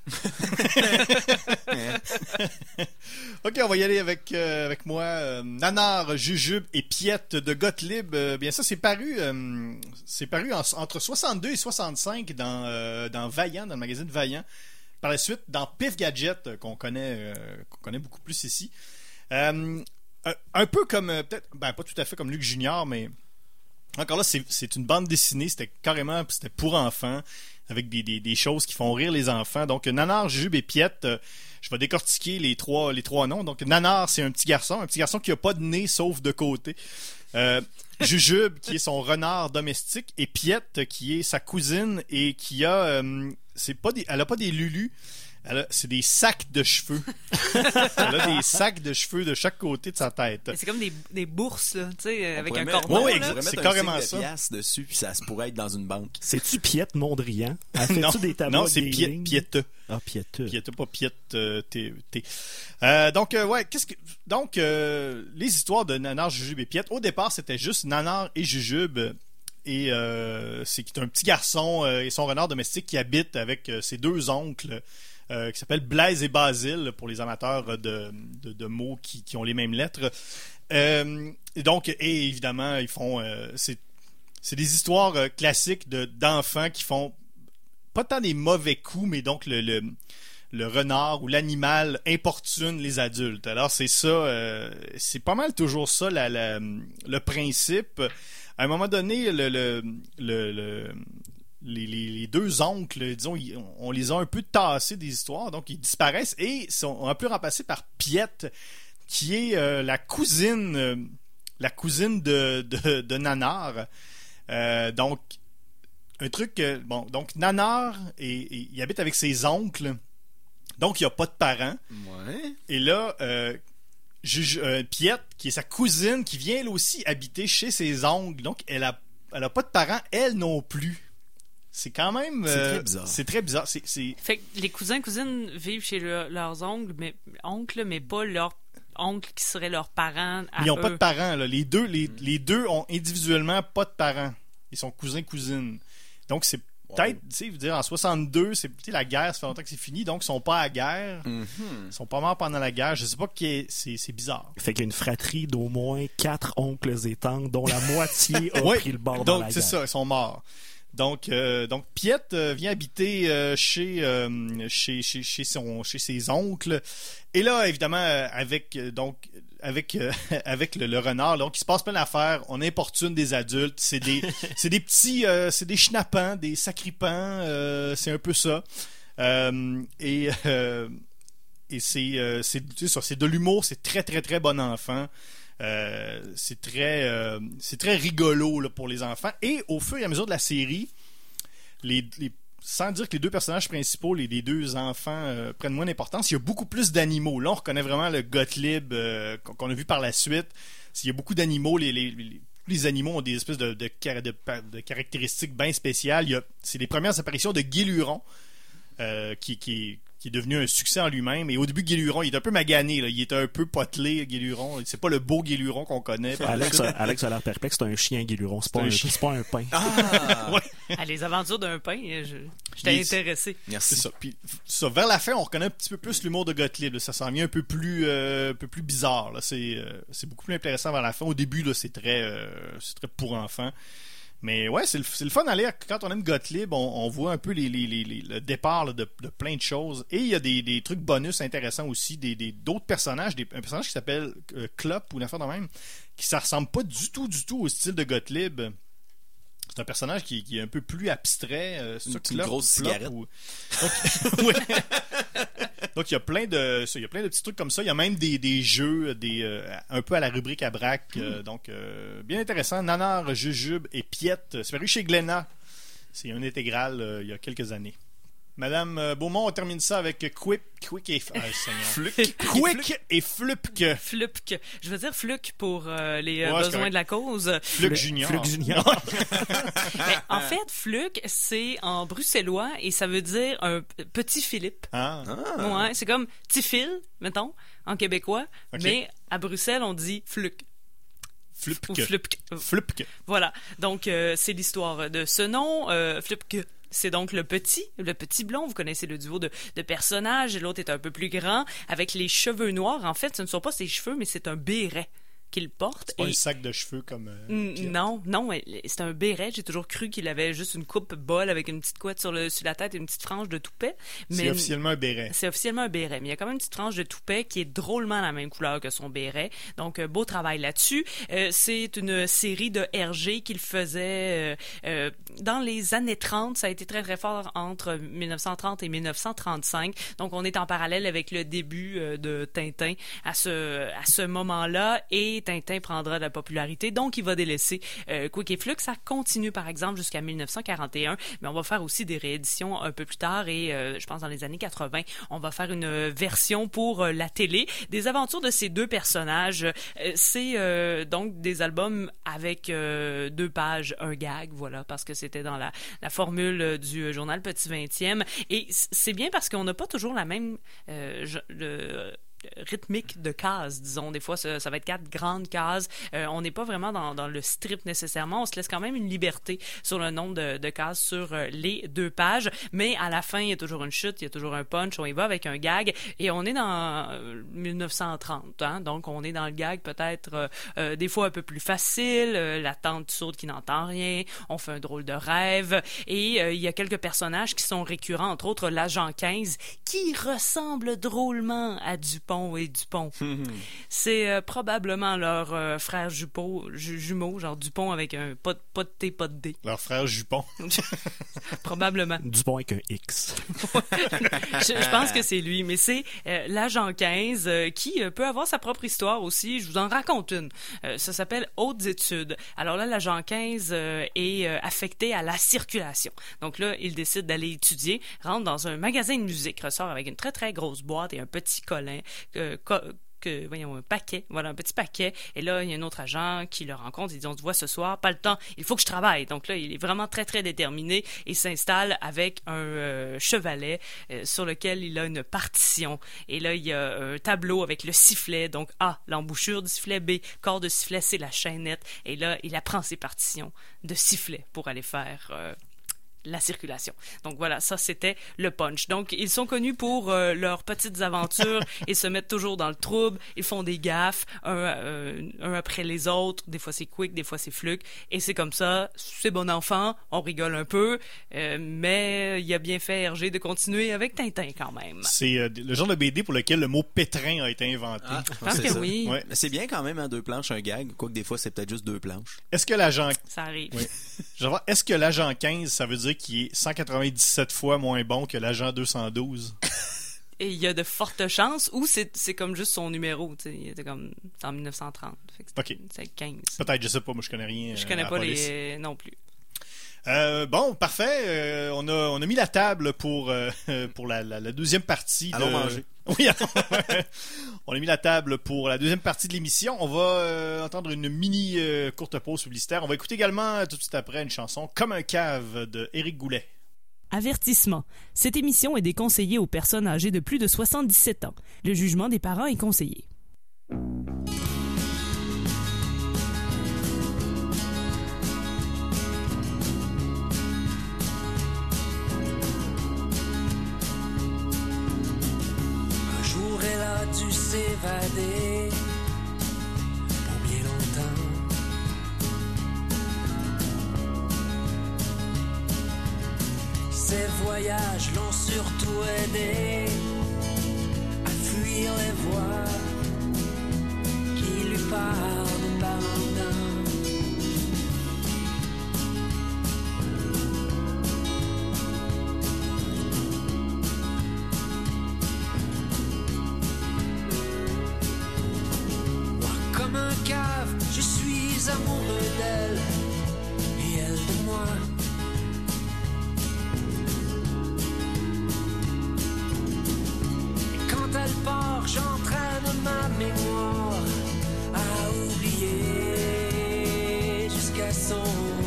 Ok, on va y aller avec, euh, avec moi. Euh, Nanar, Jujube et Piette de Gottlieb. Euh, bien ça, c'est paru, euh, c'est paru en- entre soixante-deux et soixante-cinq dans, euh, dans Vaillant, dans le magazine Vaillant. Par la suite, dans Pif Gadget, euh, qu'on connaît, euh, qu'on connaît beaucoup plus ici. Euh, un, un peu comme, euh, peut-être, ben pas tout à fait comme Luc Junior, mais encore là, c'est, c'est une bande dessinée. C'était carrément, c'était pour enfants, avec des, des, des choses qui font rire les enfants. Donc, Nanar, Jujube et Piette, euh, je vais décortiquer les trois, les trois noms. Donc, Nanar, c'est un petit garçon, un petit garçon qui a pas de nez sauf de côté. Euh, Jujube, qui est son renard domestique, et Piette, qui est sa cousine et qui a, euh, c'est pas des, elle a pas des lulus. Elle a- c'est des sacs de cheveux. Elle a des sacs de cheveux de chaque côté de sa tête. Mais c'est comme des, des bourses, là, tu sais, On avec pourrait un mettre- cordon. Ouais, on ouais, là. pourrait c'est mettre carrément un signe ça. de pièce dessus, puis ça se pourrait être dans une banque. C'est-tu Piette Mondrian? Elle Non, fait-tu des tableaux non avec c'est des Piet, lignes? Pieteux. Ah, Pieteux. Pieteux, pas Piet, euh, T. T. Euh, donc, euh, ouais, qu'est-ce que. Donc, euh, les histoires de Nanar, Jujube et Piet, au départ, c'était juste Nanar et Jujube. Et euh, c'est un petit garçon euh, et son renard domestique qui habite avec euh, ses deux oncles. Euh, qui s'appellent Blaise et Basile pour les amateurs de, de, de mots qui, qui ont les mêmes lettres. Euh, et donc, et évidemment, ils font. Euh, c'est, c'est des histoires euh, classiques de, d'enfants qui font pas tant des mauvais coups, mais donc le, le, le renard ou l'animal importune les adultes. Alors, c'est ça. Euh, c'est pas mal toujours ça la, la, le principe. À un moment donné, le. le, le, le Les, les, les deux oncles, disons, ils- on les a un peu tassés des histoires, donc ils disparaissent et sont un peu remplacés par Piette, qui est euh, la cousine, euh, la cousine de, de, de Nanar. Euh, donc, un truc, euh, bon, donc Nanar, et, et, il habite avec ses oncles, donc il n'y a pas de parents. Ouais. Et là, euh, Juju- euh, Piette, qui est sa cousine, qui vient elle aussi habiter chez ses oncles, donc elle a, elle a pas de parents, elle non plus. C'est quand même. C'est euh, très bizarre. C'est très bizarre. C'est, c'est... Fait que les cousins cousines vivent chez le- leurs oncles, mais oncles, mais pas leurs oncles qui seraient leurs parents à Mais ils n'ont eux. pas de parents. Là. Les, deux, les, les deux ont individuellement pas de parents. Ils sont cousins-cousines. Donc, c'est peut-être, tu sais, je veux dire, en soixante-deux, c'est, tu sais, la guerre, ça fait longtemps que c'est fini, donc ils sont pas à la guerre. Mhm. Ils sont pas morts pendant la guerre. Je sais pas qui est, c'est, c'est bizarre. Fait qu'il y a une fratrie d'au moins quatre oncles et tantes, dont la moitié a Ouais, pris le bord dans donc la c'est guerre. ça, ils sont morts. Donc, euh, donc Piette euh, vient habiter euh, chez, euh, chez, chez, chez, son, chez ses oncles. Et là, évidemment, euh, avec euh, donc avec euh, avec le, le renard, donc il se passe plein d'affaires. On importune des adultes. C'est des c'est des petits, euh, c'est des schnappants, des sacripants. Euh, c'est un peu ça. Euh, et euh, et c'est euh, c'est tu sais, ça, c'est de l'humour. C'est très très très bon enfant. Euh, c'est très euh, c'est très rigolo là, pour les enfants. Et au fur et à mesure de la série, les, les, sans dire que les deux personnages principaux, les, les deux enfants euh, prennent moins d'importance, il y a beaucoup plus d'animaux. Là, on reconnaît vraiment le Gottlieb euh, qu'on, qu'on a vu par la suite. Il y a beaucoup d'animaux. Les, les, les, les animaux ont des espèces de, de, de, de, de caractéristiques bien spéciales. Il y a, c'est les premières apparitions de Guéluron, euh, qui, qui, qui est devenu un succès en lui-même. Et au début, Guéluron, il est un peu magané. Là. Il est un peu potelé, Guéluron. C'est pas le beau Guéluron qu'on connaît. Alex, a, Alex a l'air perplexe, c'est un chien guéluron, c'est pas, C'est un un, chien. c'est pas un pain. Ah! Ah, les aventures d'un pain, je, j'étais Les- intéressé. Merci. C'est ça. Puis, ça. Vers la fin, on reconnaît un petit peu plus l'humour de Gottlieb. Là. Ça s'en vient un peu plus, euh, un peu plus bizarre. Là. C'est, euh, c'est beaucoup plus intéressant vers la fin. Au début, là, c'est très, euh, c'est très pour enfants. Mais ouais, c'est le, c'est le fun d'aller. Quand on aime Gottlieb, on, on voit un peu les, les, les, les- le départ là, de, de plein de choses. Et il y a des, des trucs bonus intéressants aussi. Des, des, d'autres personnages. Des, un personnage qui s'appelle euh, Klopp ou une affaire de même. Qui ça ressemble pas du tout, du tout au style de Gottlieb. C'est un personnage qui, qui est un peu plus abstrait. Euh, c'est Une ça, petite Klopp grosse ou Plop cigarette. ou- Donc, ouais. Donc, il y a plein de, ça, il y a plein de petits trucs comme ça. Il y a même des, des jeux, des, euh, un peu à la rubrique à braque. euh, donc, euh, bien intéressant. Nanar, Jujube et Piette. C'est paru chez Glénat. C'est un intégral euh, il y a quelques années. Madame euh, Beaumont, on termine ça avec Quick, Quick et ah, Seigneur. Quick et Flupke. Flupk. Je veux dire Fluc pour euh, les euh, Ouais, c'est besoins correct. de la cause. Fluke Junior. Fluke Junior. Mais en fait, Fluc, c'est en bruxellois et ça veut dire un p- petit Philippe. Ah. Ouais, c'est comme petit Phil, mettons, en québécois. Ok. Mais à Bruxelles, on dit Fluc. Ou Flupke. Flupk. Flupke. Voilà. Donc, euh, c'est l'histoire de ce nom. Euh, Flupke. C'est donc le petit, le petit blond. Vous connaissez le duo de, de personnages. Et l'autre est un peu plus grand, avec les cheveux noirs. En fait, ce ne sont pas ses cheveux, mais c'est un béret qu'il porte. Pas Et- un sac de cheveux comme. euh, Mm, Piette. Non, non, elle- c'est un béret. J'ai toujours cru qu'il avait juste une coupe bol avec une petite couette sur, le, sur la tête et une petite frange de toupet. C'est Mais officiellement un béret. c'est officiellement un béret, mais il y a quand même une petite frange de toupet qui est drôlement la même couleur que son béret. Donc, euh, beau travail là-dessus. Euh, c'est une série de R G qu'il faisait euh, euh, dans les années trente, ça a été très très fort entre mille neuf cent trente et mille neuf cent trente-cinq. Donc on est en parallèle avec le début euh, de Tintin à ce à ce moment-là, et Tintin prendra de la popularité, donc il va délaisser euh, Quick et Flux. Ça continue par exemple jusqu'à mille neuf cent quarante et un, mais on va faire aussi des rééditions un peu plus tard, et euh, je pense dans les années quatre-vingts, on va faire une version pour euh, la télé des aventures de ces deux personnages. Euh, c'est euh, donc des albums avec euh, deux pages, un gag, voilà, parce que c'était dans la, la formule du journal Petit vingtième. Et c'est bien parce qu'on n'a pas toujours la même euh, je, le, rythmique de cases, disons. Des fois, ça, ça va être quatre grandes cases. Euh, on n'est pas vraiment dans, dans le strip nécessairement. On se laisse quand même une liberté sur le nombre de, de cases sur euh, les deux pages. Mais à la fin, il y a toujours une chute, il y a toujours un punch. On y va avec un gag. Et on est dans euh, mille neuf cent trente. Hein? Donc, on est dans le gag peut-être euh, euh, des fois un peu plus facile. Euh, la tante sourde qui n'entend rien. On fait un drôle de rêve. Et euh, il y a quelques personnages qui sont récurrents. Entre autres, l'agent quinze qui ressemble drôlement à Dupont et Dupont. C'est euh, probablement leur euh, frère jumeau, ju- jumeau, genre Dupont avec un pas de, pas de T, pas de D. Leur frère Jupon. Probablement. Dupont avec un X. je, je pense que c'est lui, mais c'est euh, l'agent quinze euh, qui euh, peut avoir sa propre histoire aussi. Je vous en raconte une. Euh, ça s'appelle Hautes études. Alors là, l'agent quinze euh, est euh, affecté à la circulation. Donc là, il décide d'aller étudier, rentre dans un magasin de musique, ressort avec une très très grosse boîte et un petit colin. Que, que, voyons, un paquet, voilà, un petit paquet, et là, il y a un autre agent qui le rencontre, il dit, on se voit ce soir, pas le temps, il faut que je travaille. Donc là, il est vraiment très, très déterminé et s'installe avec un euh, chevalet euh, sur lequel il a une partition. Et là, il y a un tableau avec le sifflet, donc A, l'embouchure du sifflet, B, corps de sifflet, C, la chaînette, et là, il apprend ses partitions de sifflet pour aller faire... Euh, la circulation. Donc voilà, ça c'était le punch. Donc ils sont connus pour euh, leurs petites aventures. Ils se mettent toujours dans le trouble, ils font des gaffes, un, euh, un après les autres. Des fois c'est Quick, des fois c'est Fluke. Et c'est comme ça, c'est bon enfant, on rigole un peu, euh, mais il a bien fait Hergé de continuer avec Tintin quand même. C'est euh, le genre de B D pour lequel le mot pétrin a été inventé. Ah, Je pense que ça. oui, Ouais. Mais c'est bien quand même, hein, deux planches, un gag. Quoique des fois, c'est peut-être juste deux planches. Est-ce que l'agent... ça arrive. Oui. Je vais voir, est-ce que l'agent quinze, ça veut dire qu'il est cent quatre-vingt-dix-sept fois moins bon que l'agent deux cent douze? Et il y a de fortes chances, ou c'est, c'est comme juste son numéro, tu sais, il était comme c'est en mille neuf cent trente. Fait que c'est, Ok. c'est quinze. Peut-être, je sais pas, moi je connais rien. Je euh, connais à la pas police. les non plus. Euh, bon, parfait. Euh, on, a, on a mis la table pour, euh, pour la, la, la deuxième partie. Allons de... manger. Oui, on a mis la table pour la deuxième partie de l'émission. On va euh, entendre une mini euh, courte pause publicitaire. On va écouter également euh, tout de suite après une chanson Comme un cave de Éric Goulet. Avertissement. Cette émission est déconseillée aux personnes âgées de plus de soixante-dix-sept ans. Le jugement des parents est conseillé. Un jour elle a dû s'évader pour bien longtemps. Ces voyages l'ont surtout aidé à fuir les voix qui lui parlent par en dedans. Moi comme un cave, je suis amoureux d'elle et elle de moi. Et quand elle part, j'entraîne ma mémoire à oublier jusqu'à son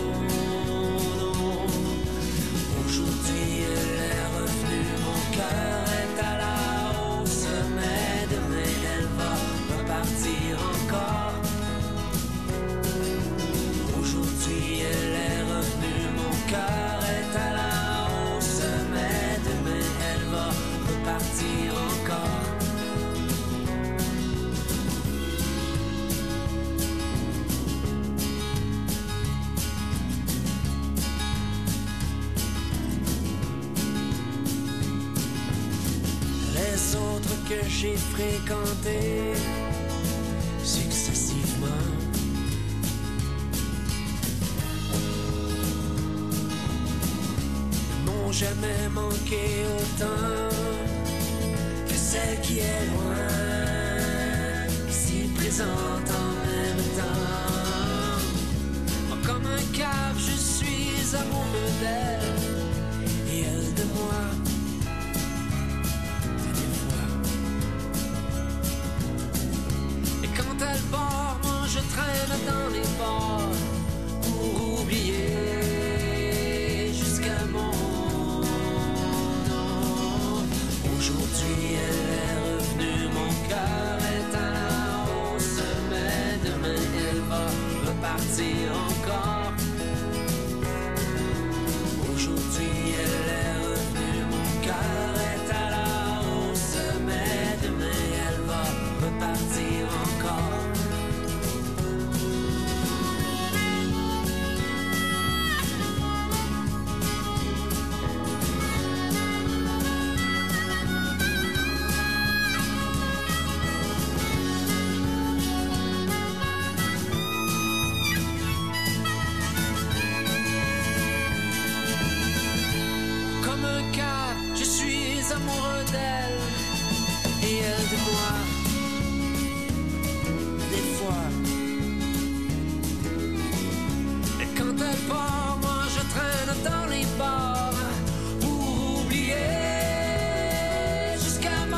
nom. Aujourd'hui elle est revenue, mon cœur est à la hausse, mais demain elle va repartir encore. Aujourd'hui elle est revenue, mon cœur est à la hausse, mais demain elle va repartir encore. Les autres que j'ai fréquentés successivement n'ont jamais manqué autant que celle qui est loin, ici présente en même temps. Moi, comme un cave, je suis amoureux d'elle et elle de moi. Des fois. Et quand elle part, moi je traîne dans les bars pour oublier. Aujourd'hui elle est revenue, mon cœur est à la hausse, mais demain elle va repartir encore. Aujourd'hui elle est revenue, mon cœur est à la hausse, mais demain elle va repartir encore. Amoureux d'elle et elle de moi. Des fois. Et quand elle part, moi je traîne dans les bars pour oublier jusqu'à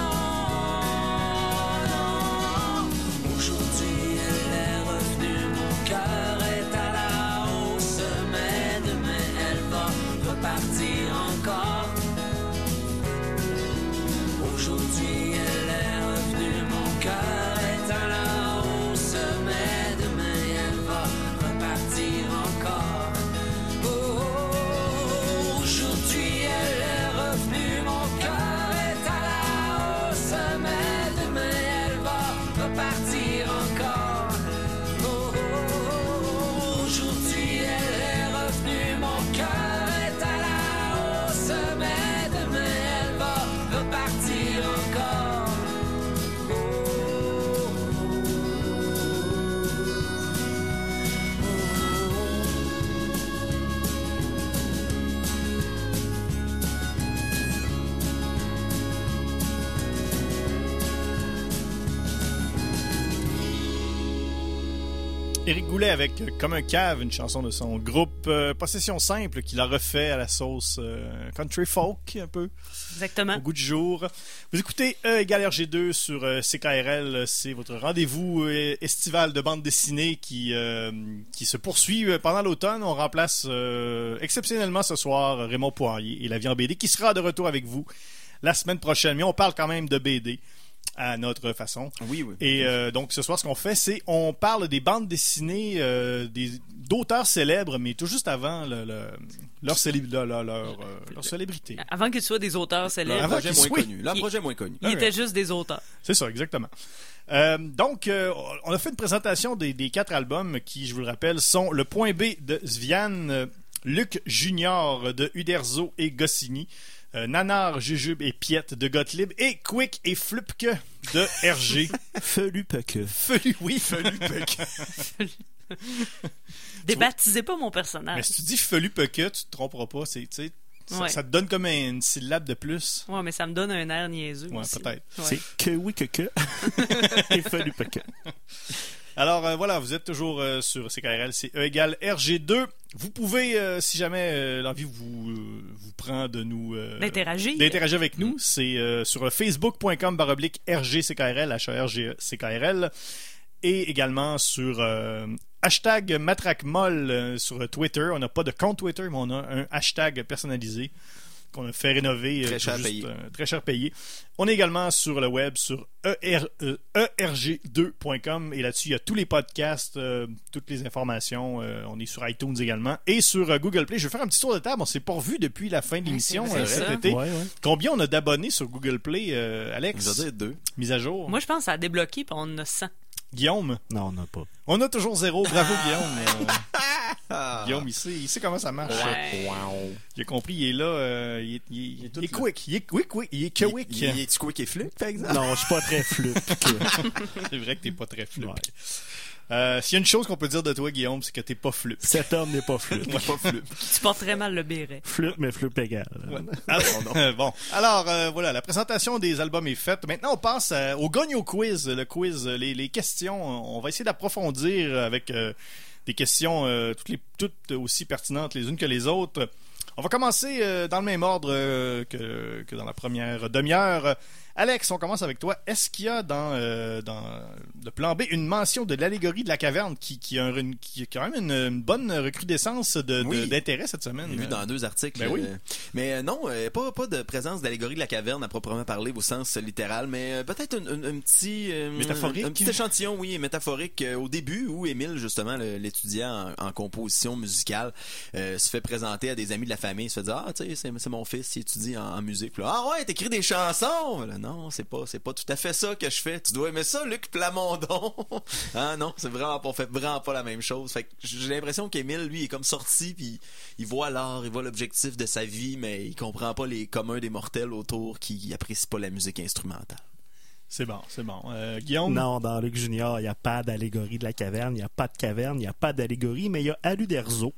mort. Aujourd'hui elle est revenue, mon cœur est à la hausse, mais demain elle va repartir encore. Aujourd'hui elle est revenue, mon cœur est à la hausse, mais demain elle va repartir encore. Oh, oh, oh. Aujourd'hui elle est revenue, mon cœur est à la hausse, mais demain elle va repartir encore. Oh, oh, oh. Aujourd'hui elle est revenue, mon cœur est à la hausse, mais demain elle va repartir encore. Oh, oh, Éric Goulet avec euh, Comme un cave, une chanson de son groupe euh, Possession Simple qu'il a refait à la sauce euh, country folk un peu. Exactement. Au goût du jour. Vous écoutez E égale R G deux sur euh, C K R L. C'est votre rendez-vous euh, estival de bande dessinée qui, euh, qui se poursuit euh, pendant l'automne. On remplace euh, exceptionnellement ce soir Raymond Poirier et La Vie en B D qui sera de retour avec vous la semaine prochaine. Mais on parle quand même de B D à notre façon. Oui, oui. Et euh, donc ce soir, ce qu'on fait, c'est on parle des bandes dessinées euh, des, d'auteurs célèbres, mais tout juste avant le, le, leur, célé- leur, leur, leur, euh, leur célébrité. Avant qu'ils soient des auteurs célèbres, Un projet qu'ils moins soient- connu. Là, un Il- projet moins connu. ils étaient juste des auteurs. C'est ça, exactement. Euh, donc, euh, on a fait une présentation des, des quatre albums qui, je vous le rappelle, sont Le Point B de Svian, euh, Luc Junior de Uderzo et Goscinny, euh, Nanar, Jujube et Piette de Gottlieb et Quick et Flupke de R G. Felupeke. Felu, oui, Felupeke. Débaptisez pas mon personnage. Mais si tu dis Felupeke, tu te tromperas pas. C'est, tu sais, ça, Ouais. ça te donne comme une syllabe de plus. Ouais, mais ça me donne un air niaiseux. Ouais, aussi. peut-être. Ouais. C'est que oui que que. Et Felupeke. Alors euh, voilà, vous êtes toujours euh, sur C K R L, c'est E égale R G deux. Vous pouvez, euh, si jamais euh, l'envie vous, euh, vous prend de nous... euh, D'interagir. d'interagir avec nous, c'est euh, sur facebook.com baroblique RGCKRL, H A R G E C K R L, et également sur euh, hashtag matraquemolle euh, sur Twitter. On n'a pas de compte Twitter, mais on a un hashtag personnalisé qu'on a fait rénover. Très euh, cher juste, payé. euh, très cher payé. On est également sur le web, sur E R, euh, E R G deux point com, et là-dessus, il y a tous les podcasts, euh, toutes les informations. Euh, on est sur iTunes également, et sur euh, Google Play. Je vais faire un petit tour de table. On s'est pas revu depuis la fin de l'émission c'est vrai, euh, cet ça. été. Ouais, ouais. Combien on a d'abonnés sur Google Play, euh, Alex? Vous en dites deux. Mise à jour. Moi, je pense que ça a débloqué, puis on en a cent. Guillaume? Non, on n'a pas. On a toujours zéro. Bravo, Guillaume. Euh, Ah. Guillaume, il sait, il sait comment ça marche. Ouais. Il a compris, il est là. euh, il est, il est- Il est tout il est là. quick. Il est quick, quick. Il est Il, quick. il, il est-tu quick et flûte, par exemple? Non, je suis pas très flup. C'est vrai que t'es pas très fluide. Ouais. Euh, S'il y a une chose qu'on peut dire de toi, Guillaume, c'est que t'es pas flûte. Cet homme n'est pas flûte. Ouais, pas flûte. Tu portes très mal le béret. Flûte, mais flûte égale. Ouais. Alors, bon, alors euh, voilà, la présentation des albums est faite. Maintenant, on passe à- au Gogno Quiz. Le quiz, les, les questions. On va essayer d'approfondir avec euh, des questions euh, toutes, les, toutes aussi pertinentes les unes que les autres. On va commencer euh, dans le même ordre euh, que, que dans la première demi-heure. Alex, on commence avec toi. Est-ce qu'il y a dans, euh, dans le plan B une mention de l'allégorie de la caverne qui, qui, a, une, qui a quand même une, une bonne recrudescence de, de- Oui. d'intérêt cette semaine? J'ai vu dans deux articles. Ben oui. euh, mais euh, non, euh, pas, pas de présence d'allégorie de la caverne à proprement parler au sens littéral, mais euh, peut-être un, un- un petit... euh, Métaphorique. Un, un petit échantillon, oui, métaphorique. euh, au début, où Émile, justement, le- l'étudiant en, en composition musicale, euh, se fait présenter à des amis de la famille, se fait dire « Ah, tu sais, c'est, c'est mon fils, il étudie en, en musique. » Puis là, ah ouais, t'écris des chansons? Là, non, c'est pas, c'est pas tout à fait ça que je fais. Tu dois aimer ça, Luc Plamondon. Ah non, c'est vraiment pas, on fait vraiment pas la même chose. Fait que j'ai l'impression qu'Émile, lui, est comme sorti, puis il voit l'art, il voit l'objectif de sa vie, mais il comprend pas les communs des mortels autour qui apprécient pas la musique instrumentale. C'est bon, c'est bon. Euh, Guillaume? Non, dans Luc Junior, il n'y a pas d'allégorie de la caverne, il n'y a pas de caverne, il n'y a pas d'allégorie, mais il y a Aluderzo.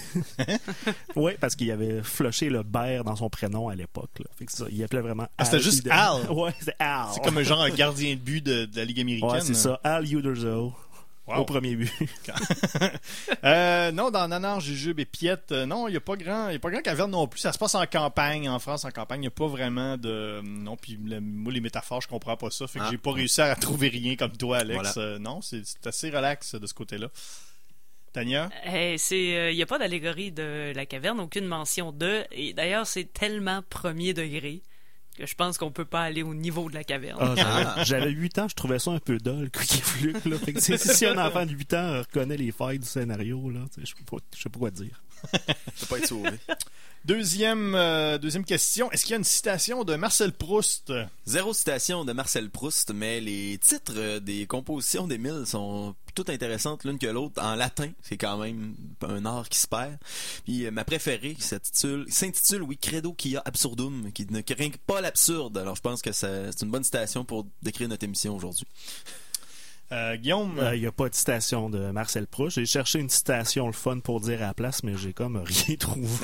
Oui, parce qu'il avait flushé le bear dans son prénom à l'époque. Là. Fait que ça, il appelait vraiment Ah, c'était Al juste Uderzo. Al. Ouais, c'est Al. C'est comme un genre un gardien de but de, de la Ligue américaine. Ouais, c'est ça, Al Uderzo. Wow. Au premier but. Euh, non, dans Nanar, Jujube et Piette, euh, non, il n'y a pas grand, il y a pas grand caverne non plus. Ça se passe en campagne, en France, en campagne. Il n'y a pas vraiment de, non. Puis le- moi, les métaphores, je comprends pas ça. Fait que Ah, j'ai pas ouais. réussi à trouver rien comme toi, Alex. Voilà. Euh, non, c'est, c'est assez relax de ce côté-là. Tania? Il n'y a pas d'allégorie de la caverne, aucune mention de. Et d'ailleurs, c'est tellement premier degré que je pense qu'on peut pas aller au niveau de la caverne. Ah, j'avais, Ah. j'avais huit ans, je trouvais ça un peu dol, Quick et Fluke. Là. Fait que, tu sais, si un enfant de huit ans reconnaît les failles du scénario, là, tu sais, je sais pas, je sais pas quoi dire. Je peux pas être sauvé. Deuxième, euh, deuxième question. Est-ce qu'il y a une citation de Marcel Proust? Zéro citation de Marcel Proust, mais les titres euh, des compositions d'Émile sont toutes intéressantes l'une que l'autre en latin. C'est quand même un art qui se perd. Puis euh, ma préférée s'intitule, s'intitule oui, Credo quia absurdum, qui ne craint pas l'absurde. Alors je pense que ça, c'est une bonne citation pour décrire notre émission aujourd'hui. Euh, Guillaume? Il n'y a pas de citation de Marcel Proust. J'ai cherché une citation le fun pour dire à la place, mais j'ai comme rien trouvé.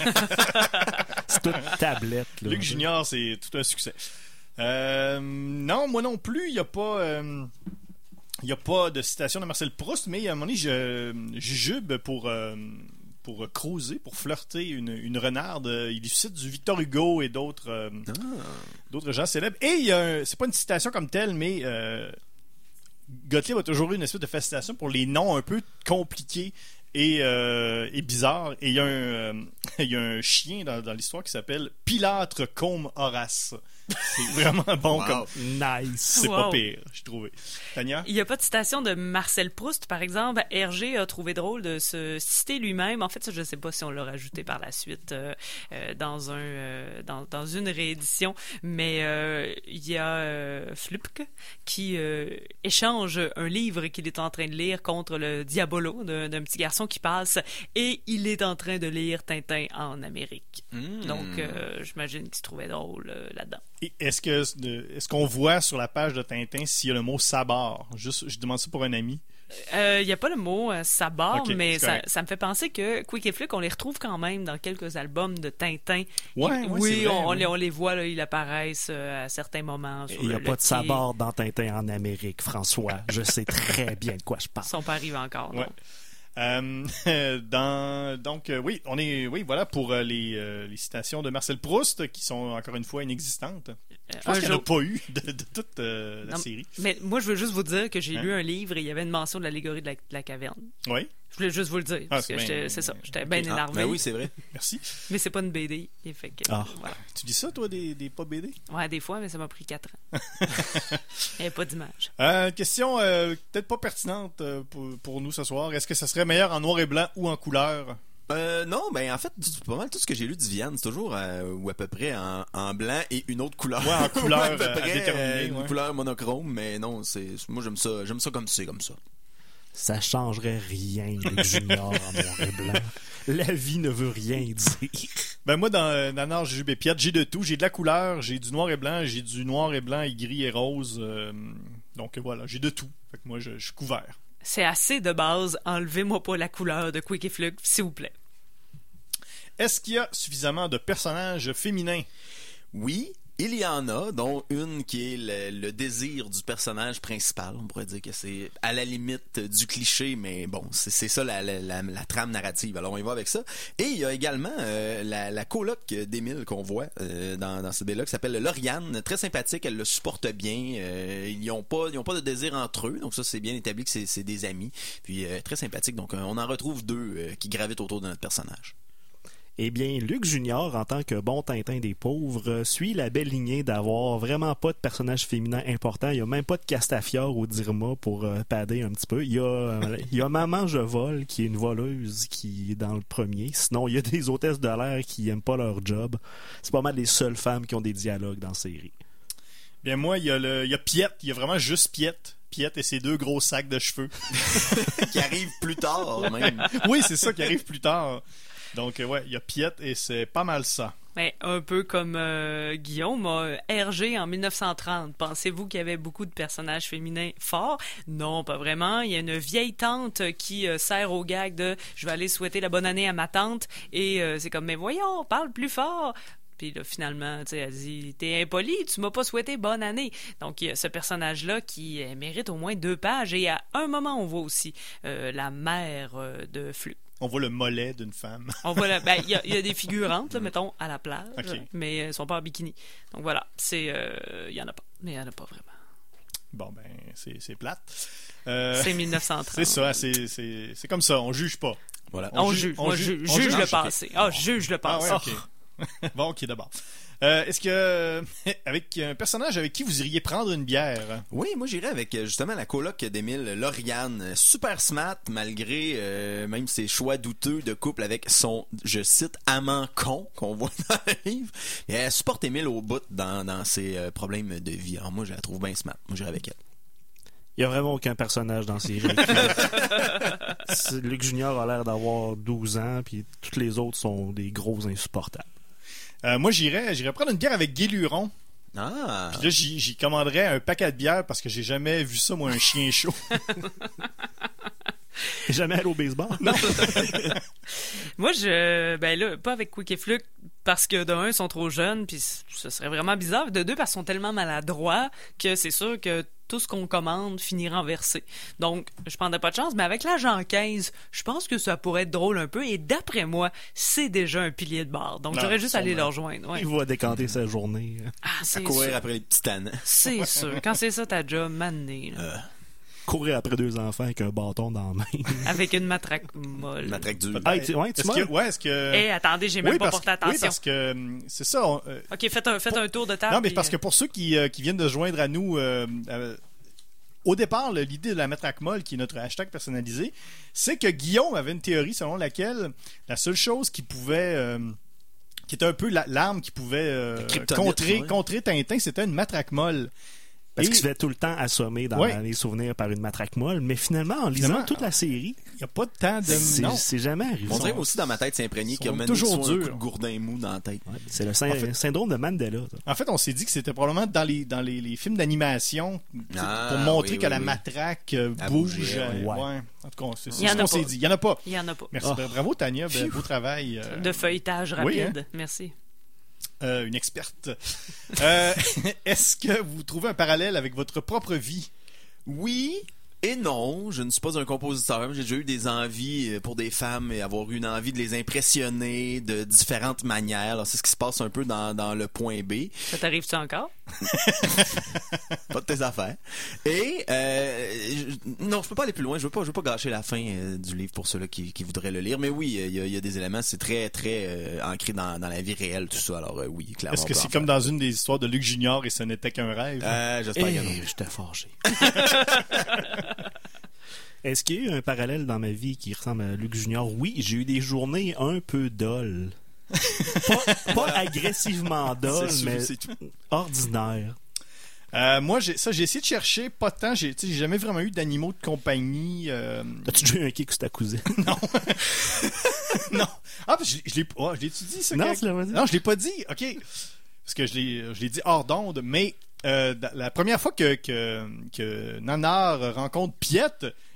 C'est toute tablette. Là. Luc Junior, c'est tout un succès. Euh, non, moi non plus, il n'y a pas... euh, il y a pas de citation de Marcel Proust, mais à un moment donné, je jujube pour, euh, pour creuser, pour flirter une, une renarde. Il cite du Victor Hugo et d'autres euh, d'autres gens célèbres. Et il y a un- c'est pas une citation comme telle, mais euh, Gottlieb a toujours eu une espèce de fascination pour les noms un peu compliqués et, euh, et bizarres. Et il y a un, euh, il y a un chien dans, dans l'histoire qui s'appelle Pilâtre Combe Horace. C'est vraiment bon Wow. comme... Nice. C'est Wow. pas pire, j'ai trouvé. Tania? Il n'y a pas de citation de Marcel Proust, par exemple. Hergé a trouvé drôle de se citer lui-même. En fait, ça, je ne sais pas si on l'a rajouté par la suite euh, euh, dans un euh, dans, dans une réédition, mais euh, il y a euh, Flupke qui euh, échange un livre qu'il est en train de lire contre le Diabolo d'un, d'un petit garçon qui passe, et il est en train de lire Tintin en Amérique. Mm. Donc, euh, j'imagine qu'il se trouvait drôle euh, là-dedans. Et Est-ce que est-ce qu'on voit sur la page de Tintin s'il y a le mot sabord? Juste, je demande ça pour un ami. Il n'y a pas le mot euh, sabord, Ok, mais c'est ça, correct. ça me fait penser que Quick et Fluke, on les retrouve quand même dans quelques albums de Tintin. Ouais, Ils- ouais, oui, c'est vrai, on, on ouais. les, on les voit, là, ils apparaissent euh, à certains moments. sur Il n'y a le- pas le de quai. sabord dans Tintin en Amérique, François. Je sais très bien de quoi je Ils parle. sont pas arrivés encore. non. Ouais. Euh, dans, donc, euh, oui, on est, oui, voilà pour euh, les, euh, les citations de Marcel Proust qui sont encore une fois inexistantes. Je pense Un qu'il n'y en a jour- pas eu de, de toute euh, la Non, série. Mais moi, je veux juste vous dire que j'ai Hein? lu un livre et il y avait une mention de l'allégorie de la, de la caverne. Oui, Je voulais juste vous le dire, parce c'est que bien- j'étais- c'est ça, j'étais ok. bien Ah, énervé. ben oui, c'est vrai. merci. Mais c'est pas une B D. Et fait que, Ah. voilà. Tu dis ça, toi, des, des pas B D? Ouais, des fois, mais ça m'a pris quatre ans. Il n'y avait pas d'image. Euh, question euh, peut-être pas pertinente euh, pour, pour nous ce soir. Est-ce que ça serait meilleur en noir et blanc ou en couleur? Euh, non, ben en fait, c'est pas mal tout ce que j'ai lu de Viviane, c'est toujours euh, ou à peu près en, en blanc et une autre couleur. Ouais, en couleur, à peu euh, à près, déterminer, euh, une ouais. couleur monochrome, mais non, c'est moi j'aime ça, j'aime ça comme c'est comme ça. Ça changerait rien, Luc Junior en noir et blanc. La vie ne veut rien dire. Ben moi, dans euh, Nanar, Jujube et Piette, j'ai de tout. J'ai de la couleur, j'ai du noir et blanc, j'ai du noir et blanc et gris et rose. euh, donc euh, voilà, j'ai de tout. Fait que moi, je, je suis couvert. C'est assez de base. Enlevez-moi pas la couleur de Quick et Flux, s'il vous plaît. Est-ce qu'il y a suffisamment de personnages féminins? Oui, il y en a, dont une qui est le, le désir du personnage principal. On pourrait dire que c'est à la limite du cliché, mais bon, c'est, c'est ça la, la, la, la trame narrative. Alors on y va avec ça. Et il y a également euh, la, la coloc d'Émile qu'on voit euh, dans, dans ce B-là, qui s'appelle Lauriane. Très sympathique, elle le supporte bien. Euh, ils n'ont pas, ils ont pas de désir entre eux, donc ça c'est bien établi que c'est, c'est des amis. Puis euh, très sympathique, donc euh, on en retrouve deux euh, qui gravitent autour de notre personnage. Eh bien, Luc Junior, en tant que bon Tintin des pauvres, suit la belle lignée d'avoir vraiment pas de personnage féminin important. Il n'y a même pas de Castafiore ou d'Irma pour euh, padder un petit peu. Il y a, euh, il y a Maman Je vole, qui est une voleuse qui est dans le premier. Sinon, il y a des hôtesses de l'air qui aiment pas leur job. C'est pas mal les seules femmes qui ont des dialogues dans la série. Bien, moi, il y a le, il y a Piette. Il y a vraiment juste Piette. Piette et ses deux gros sacs de cheveux. Qui arrivent plus tard, même. Oui, c'est ça qui arrive plus tard. Donc, euh, ouais, il y a Piette et c'est pas mal ça. Ben, un peu comme euh, Guillaume a R G en dix-neuf cent trente. Pensez-vous qu'il y avait beaucoup de personnages féminins forts? Non, pas vraiment. Il y a une vieille tante qui euh, sert au gag de « Je vais aller souhaiter la bonne année à ma tante » et euh, c'est comme « Mais voyons, parle plus fort ». Puis là, finalement, tu sais, elle dit « T'es impoli, tu m'as pas souhaité bonne année ». Donc, il y a ce personnage-là qui euh, mérite au moins deux pages. Et à un moment, on voit aussi euh, la mère euh, de Flux. On voit le mollet d'une femme. On voit la, ben, il y a, il y a des figurantes, là, mettons, à la plage, Okay. mais elles sont pas en bikini. Donc voilà, c'est, euh, il y en a pas, mais il y en a pas vraiment. Bon, ben, c'est, c'est plate. Euh, C'est mille neuf cent trente. c'est ça, c'est, c'est, c'est comme ça, on juge pas. Voilà. On, On juge, juge- on moi, juge- ju- on juge juge- le ah, ok. passé. Ah, juge le Ah passé. ouais, ok. Bon, ok, d'abord. Euh, est-ce que, avec un personnage avec qui vous iriez prendre une bière? Oui, moi j'irais avec euh, justement la coloc d'Émile, Lauriane, super smart malgré euh, même ses choix douteux de couple avec son, je cite, amant con qu'on voit dans le livre. Et elle supporte Émile au bout dans, dans ses euh, problèmes de vie. Alors moi je la trouve bien smart. Moi j'irais avec elle. Il n'y a vraiment aucun personnage dans la série. C'est- Luc Junior a l'air d'avoir douze ans, puis toutes les autres sont des gros insupportables. Euh, moi, j'irais, j'irais prendre une bière avec Guy Luron. Ah! Puis là, j'y, j'y commanderais un paquet de bière parce que j'ai jamais vu ça, moi, un chien chaud. Jamais allé au baseball? Non. Moi, je, ben là, pas avec Quick et Flux, parce que de un, ils sont trop jeunes, puis ce serait vraiment bizarre. De deux, parce qu'ils sont tellement maladroits que c'est sûr que tout ce qu'on commande finit renversé. Donc, je prendrais pas de chance, mais avec l'agent quinze, je pense que ça pourrait être drôle un peu, et d'après moi, c'est déjà un pilier de bar. Donc, Ah, j'aurais juste à aller sûrement. leur rejoindre. Ouais. Il va décanter sa journée. Ah, À c'est courir sûr. après les petits tannants. C'est sûr. Quand c'est ça ta job, mané, là. Euh, Courir après deux enfants avec un bâton dans la main. Avec une matraque molle. une matraque dure. Ah, tu- ouais, tu Est-ce m'as- que, ouais, est-ce que... Eh, attendez, j'ai même oui, pas parce, porté attention. oui, parce que hum, c'est ça. on- euh, OK, faites un, faites un tour de table. non, mais puis, parce que euh, pour ceux qui, euh, qui viennent de se joindre à nous, euh, euh, au départ, là, l'idée de la matraque molle, qui est notre hashtag personnalisé, c'est que Guillaume avait une théorie selon laquelle la seule chose qui pouvait... euh, qui était un peu la- l'arme qui pouvait euh, kryptonite, contrer, ouais. contrer Tintin, c'était une matraque molle. Parce Et qu'il se fait tout le temps assommer dans Ouais. les souvenirs par une matraque molle, mais finalement, en lisant Finalement, toute la série, il n'y a pas de temps de... c'est non. c'est jamais arrivé. On dirait aussi dans ma tête, c'est imprégné Ils qu'il y a sont mené toujours soit un coup durs. de gourdin mou dans la tête. Ouais, c'est le sy- En fait- syndrome de Mandela. ça. En fait, on s'est dit que c'était probablement dans les, dans les, les films d'animation Ah, pour montrer oui, que oui, la oui. matraque euh, Elle bouge. bougeait, euh, ouais. ouais. En tout cas, c'est, c'est Il y en ce a qu'on pas. s'est dit. Il n'y en a pas. il y en a pas. Merci. Ah. Bravo, Tania. Ben, beau travail. euh, De feuilletage Oui, rapide. Merci. euh, une experte. Euh, est-ce que vous trouvez un parallèle avec votre propre vie? Oui et non, je ne suis pas un compositeur. J'ai déjà eu des envies euh, pour des femmes et avoir eu une envie de les impressionner de différentes manières. Alors, c'est ce qui se passe un peu dans, dans le point B. Ça t'arrive-tu encore? Pas de tes affaires. Et euh, je- non, je peux pas aller plus loin. Je veux pas, je veux pas gâcher la fin euh, du livre pour ceux-là qui, qui voudraient le lire. Mais oui, il y a, il y a des éléments. C'est très, très euh, ancré dans, dans la vie réelle, tout ça. Alors euh, oui, clairement. Est-ce que on peut c'est en comme faire. dans une des histoires de Luc Junior et ce n'était qu'un rêve? Euh, j'espère que non. Eh, j'étais fâché. Est-ce qu'il y a eu un parallèle dans ma vie qui ressemble à Luc Junior? Oui, j'ai eu des journées un peu dolles. pas, pas agressivement dolles, C'est- mais c'est tout. ordinaires. Euh, moi, j'ai, ça, j'ai essayé de chercher, pas tant. J'ai, tu sais, j'ai jamais vraiment eu d'animaux de compagnie. euh, As-tu déjà eu un kick sur ta cousine? non. Ah, puis je, l'ai- je l'ai, oh, je l'ai-tu dit, ça? Non, quelque- tu l'as pas dit. Non, je l'ai pas dit. OK. Parce que je l'ai, je l'ai dit hors d'onde, mais euh, da- la première fois que, que, que Nanar rencontre Piette,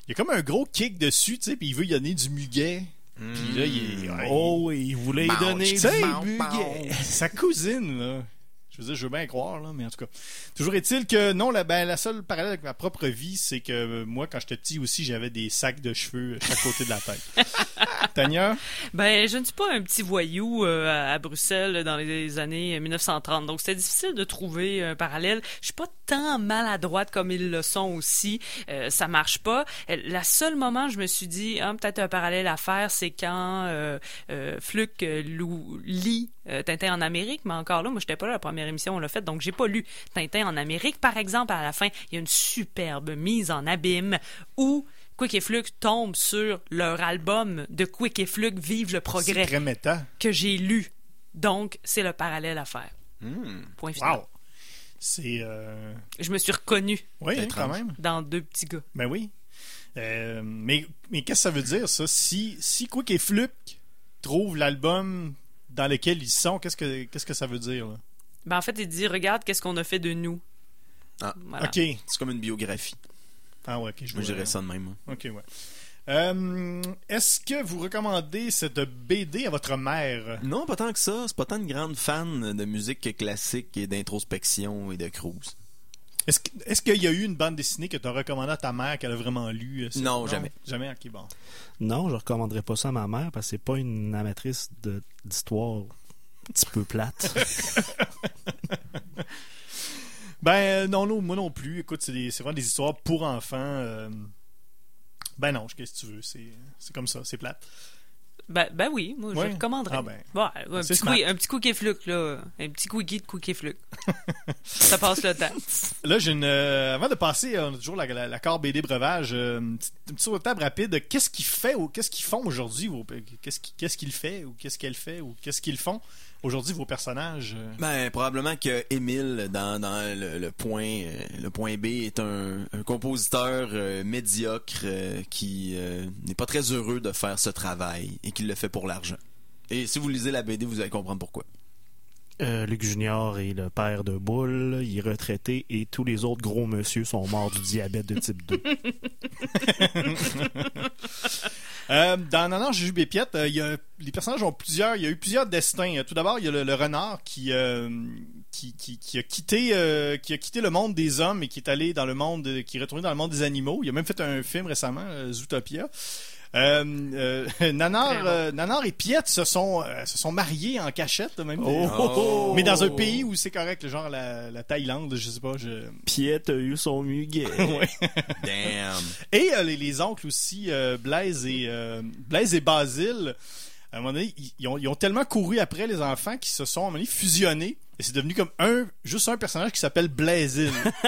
il y a comme un gros kick dessus, tu sais, puis il veut y donner du muguet. Puis là, il est... ouais, Oh, il voulait y Mange, donner tu sais, du muguet. sa cousine, là. Je veux dire, je veux bien croire, là, mais en tout cas. Toujours est-il que, non, la, ben, la seule parallèle avec ma propre vie, c'est que euh, moi, quand j'étais petit aussi, j'avais des sacs de cheveux à chaque côté de la tête. Tania? Ben, je ne suis pas un petit voyou euh, à, à Bruxelles dans les années mille neuf cent trente, donc c'était difficile de trouver un parallèle. Je suis pas tant maladroite comme ils le sont aussi. Euh, ça marche pas. Euh, La seule moment où je me suis dit, ah, peut-être un parallèle à faire, c'est quand euh, euh, Fluke euh, lou- lit euh, Tintin en Amérique, mais encore là, moi, j'étais pas là la première émission, on l'a fait, donc j'ai pas lu Tintin en Amérique. Par exemple, à la fin, il y a une superbe mise en abîme où Quick et Fluke tombent sur leur album de Quick et Fluke Vive le C'est progrès très méta. que j'ai lu. Donc, c'est le parallèle à faire. Hmm. Point final. Wow! C'est... Euh... Je me suis reconnue Oui, hein, étrange. quand même. dans deux petits gars. Ben oui. Euh, mais mais qu'est-ce que ça veut dire, ça? Si, si Quick et Fluke trouvent l'album dans lequel ils sont, qu'est-ce que, qu'est-ce que ça veut dire, là? Ben, en fait, il dit, regarde qu'est-ce qu'on a fait de nous. Ah. Voilà. OK. C'est comme une biographie. Ah ouais, OK. Je Moi, je vois. dirais ça de même. hein. OK, ouais. Euh, est-ce que vous recommandez cette B D à votre mère? Non, pas tant que ça. C'est pas tant une grande fan de musique classique et d'introspection et de cruise. Est-ce, que- est-ce qu'il y a eu une bande dessinée que tu as recommandée à ta mère qu'elle a vraiment lue? euh, ça? Non, jamais. Jamais? OK, bon. Non, je recommanderais pas ça à ma mère parce que c'est pas une amatrice de, d'histoire un petit peu plate. Ben, euh, non, non, moi non plus. Écoute, c'est, des- c'est vraiment des histoires pour enfants. euh, Ben non, qu'est-ce que tu veux? C'est, c'est comme ça, c'est plate. Ben, ben oui, moi, Ouais. je recommanderais. Ah ben. Bon, un, C'est petit smart. quick, un petit Quick et Fluke, là. Un petit quickie de Quick et Fluke. Ça passe le temps. Là, j'ai une. euh, avant de passer, euh, on a toujours la, la, l'accord B D breuvage. euh, une petite une petite tour de table rapide. Qu'est-ce qu'ils fait ou qu'est-ce qu'ils font aujourd'hui? Vos- Qu'est-ce qu'ils, qu'est-ce qu'il fait ou qu'est-ce qu'elle fait ou qu'est-ce qu'ils font aujourd'hui, vos personnages? euh? Ben, probablement que Émile, dans, dans le, le point euh, le point B, est un, un compositeur euh, médiocre euh, qui euh, n'est pas très heureux de faire ce travail et qui le fait pour l'argent. Et si vous lisez la B D, vous allez comprendre pourquoi. Euh, Luc Junior est le père de Boule, il est retraité et tous les autres gros monsieur sont morts du diabète de type deux. Euh, dans Nanan Jujubé Piette, euh, il y a, les personnages ont plusieurs, il y a eu plusieurs destins. Euh, Tout d'abord, il y a le, le renard qui, euh, qui, qui, qui a quitté, euh, qui a quitté le monde des hommes et qui est allé dans le monde, euh, qui est retourné dans le monde des animaux. Il a même fait un film récemment, euh, Zootopia. Euh, euh, Nanar, Très bon. euh, Nanar et Piette se sont, euh, se sont mariés en cachette, même. Oh! Mais dans un pays où c'est correct, genre la, la Thaïlande, je sais pas. Je... Piette a eu son muguet. Ouais. Damn! Et euh, les, les oncles aussi, euh, Blaise et euh, Blaise et Basile, à un moment donné, ils, ils ont, ils ont tellement couru après les enfants qu'ils se sont à un moment donné fusionnés. Et c'est devenu comme un, juste un personnage qui s'appelle Blaisile.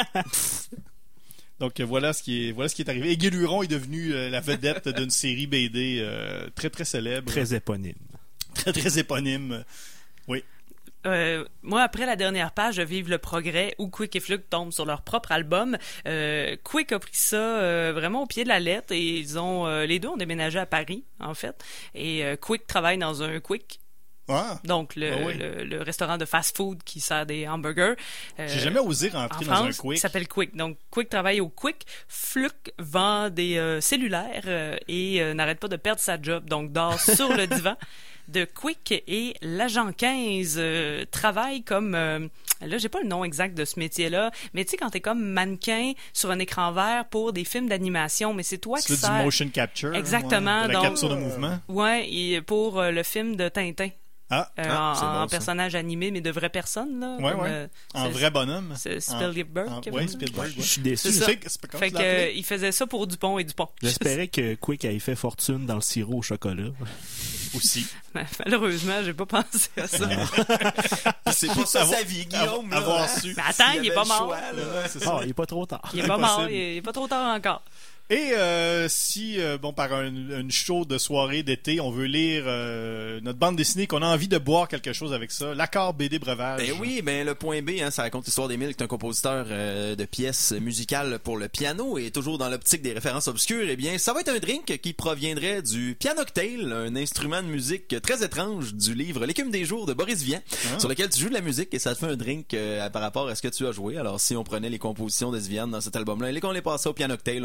Donc euh, voilà ce qui est voilà ce qui est arrivé. Et Guy Luron est devenu euh, la vedette d'une série B D euh, très très célèbre, Très éponyme. très très éponyme. Oui. Euh, moi, après la dernière page de Vive le progrès, où Quick et Fluke tombent sur leur propre album, euh, Quick a pris ça euh, vraiment au pied de la lettre et ils ont euh, les deux ont déménagé à Paris, en fait. Et euh, Quick travaille dans un Quick, Ah, donc le, Ah oui. le, le restaurant de fast-food qui sert des hamburgers. Euh, j'ai jamais osé en rentrer dans un France, Quick. ça s'appelle Quick. Donc, Quick travaille au Quick. Fluke vend des euh, cellulaires euh, et euh, n'arrête pas de perdre sa job. Donc, dort sur le divan de Quick. Et l'agent quinze euh, travaille comme... euh, là, j'ai pas le nom exact de ce métier-là, mais tu sais, quand t'es comme mannequin sur un écran vert pour des films d'animation, mais c'est toi C'est qui là sers... du motion capture. Exactement, ouais, de la donc- capture de mouvement. Ouais, et pour euh, le film de Tintin. Ah, Euh, Ah, c'est en, bon, en ça. personnage animé, mais de vraies personnes, là. Ouais, comme, ouais. euh, en c'est- vrai bonhomme. C'est En- Spielberg. en- qui a ouais, fait ça. Spielberg. Je ouais. suis déçu. C'est ça. C'est- c'est pas comment Fait tu que, euh, l'appelais? il faisait ça pour Dupont et Dupont. J'espérais que Quick ait fait fortune dans le sirop au chocolat. Aussi. Malheureusement, j'ai pas pensé à ça. C'est pas ça Avoir- sa vie, Guillaume. là, avoir hein? su. Mais attends, S'il il est y pas avait le mort. choix, là. Ouais, c'est ça. Ah, il est pas trop tard. Il est pas Impossible. mort, il est, il est pas trop tard encore. Et euh, si, euh, bon, par un, une chaude soirée d'été, on veut lire euh, notre bande dessinée, qu'on a envie de boire quelque chose avec ça, l'accord B D breuvage. Ben oui, ben le point B, hein, ça raconte l'histoire d'Émile, qui est un compositeur euh, de pièces musicales pour le piano et toujours dans l'optique des références obscures. Eh bien, ça va être un drink qui proviendrait du pianoctail, un instrument de musique très étrange du livre L'écume des jours de Boris Vian, Ah. sur lequel tu joues de la musique et ça te fait un drink euh, par rapport à ce que tu as joué. Alors, si on prenait les compositions de Vian dans cet album-là et qu'on les passait au pianoctail, on aurait l'accord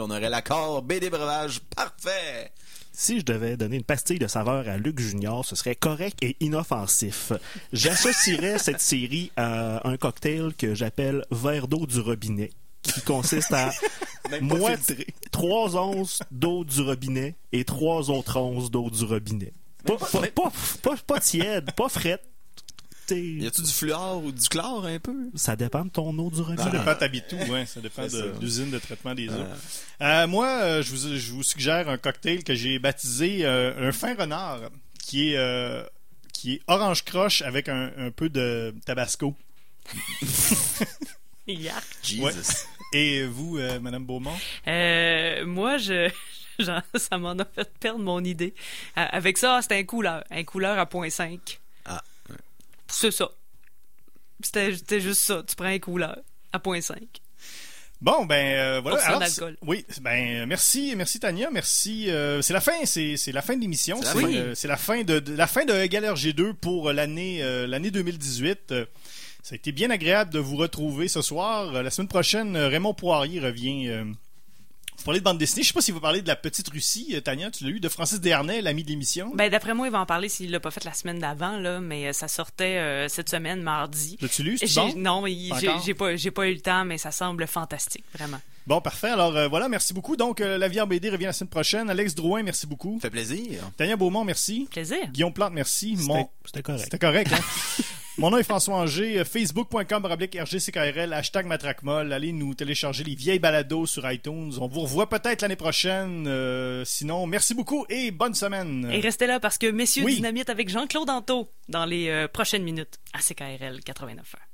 encore. B D Breuvage, parfait. Si je devais donner une pastille de saveur à Luc Junior, ce serait correct et inoffensif. J'associerais cette série à un cocktail que j'appelle verre d'eau du robinet, qui consiste à moi, trois onces d'eau du robinet et trois autres onces d'eau du robinet. Pas, pas, pas, pas, pas, pas tiède, pas frette. Y a-tu du fluor ou du chlore un peu? Ça dépend de ton eau du robinet. Ça dépend t'habites où, ouais. Ça dépend de, de l'usine de traitement des eaux. Euh, moi, euh, je, vous, je vous suggère un cocktail que j'ai baptisé euh, un fin renard, qui est euh, qui est orange croche avec un, un peu de tabasco. Yark. Jesus. Ouais. Et vous, euh, Madame Beaumont? Euh, moi, je... Genre, ça m'en a fait perdre mon idée. Euh, avec ça, c'était un couleur. Un couleur à point cinq. Ah. C'est ça. C'était, c'était juste ça. Tu prends un couleur à point cinq. Bon, ben euh, voilà. Pour son Alors, alcool. oui, ben merci, merci Tania, merci. Euh, c'est la fin, c'est, c'est la fin de l'émission. C'est la C'est, fin. euh, c'est la fin de, de la fin de Égal R G deux pour l'année euh, l'année deux mille dix-huit. Euh, ça a été bien agréable de vous retrouver ce soir. Euh, la semaine prochaine, Raymond Poirier revient. Euh, Vous parlez de bande dessinée. Je sais pas si vous parlez de La Petite Russie, Tania, tu l'as eu, de Francis Desharnais, l'ami de l'émission. Ben, d'après moi, il va en parler s'il l'a pas fait la semaine d'avant, là, mais ça sortait euh, cette semaine, mardi. L'as-tu lu, c'est J'ai- bon? Non, il- Pas j'ai, encore? j'ai pas, j'ai pas eu le temps, mais ça semble fantastique, vraiment. Bon, parfait. Alors euh, voilà, merci beaucoup. Donc, euh, La Vie en B D revient la semaine prochaine. Alex Drouin, merci beaucoup. Fait plaisir. Tania Beaumont, merci. Plaisir. Guillaume Plante, merci. C'était, Mon... c'était correct. C'était correct, hein? Mon nom est François Anger, facebook point com baroblique R G C K R L, hashtag matraquemol. Allez nous télécharger les vieilles balados sur iTunes. On vous revoit peut-être l'année prochaine. Euh, sinon, merci beaucoup et bonne semaine. Et restez là parce que Messieurs Oui. Dynamite avec Jean-Claude Anto dans les euh, prochaines minutes à C K R L quatre-vingt-neuf.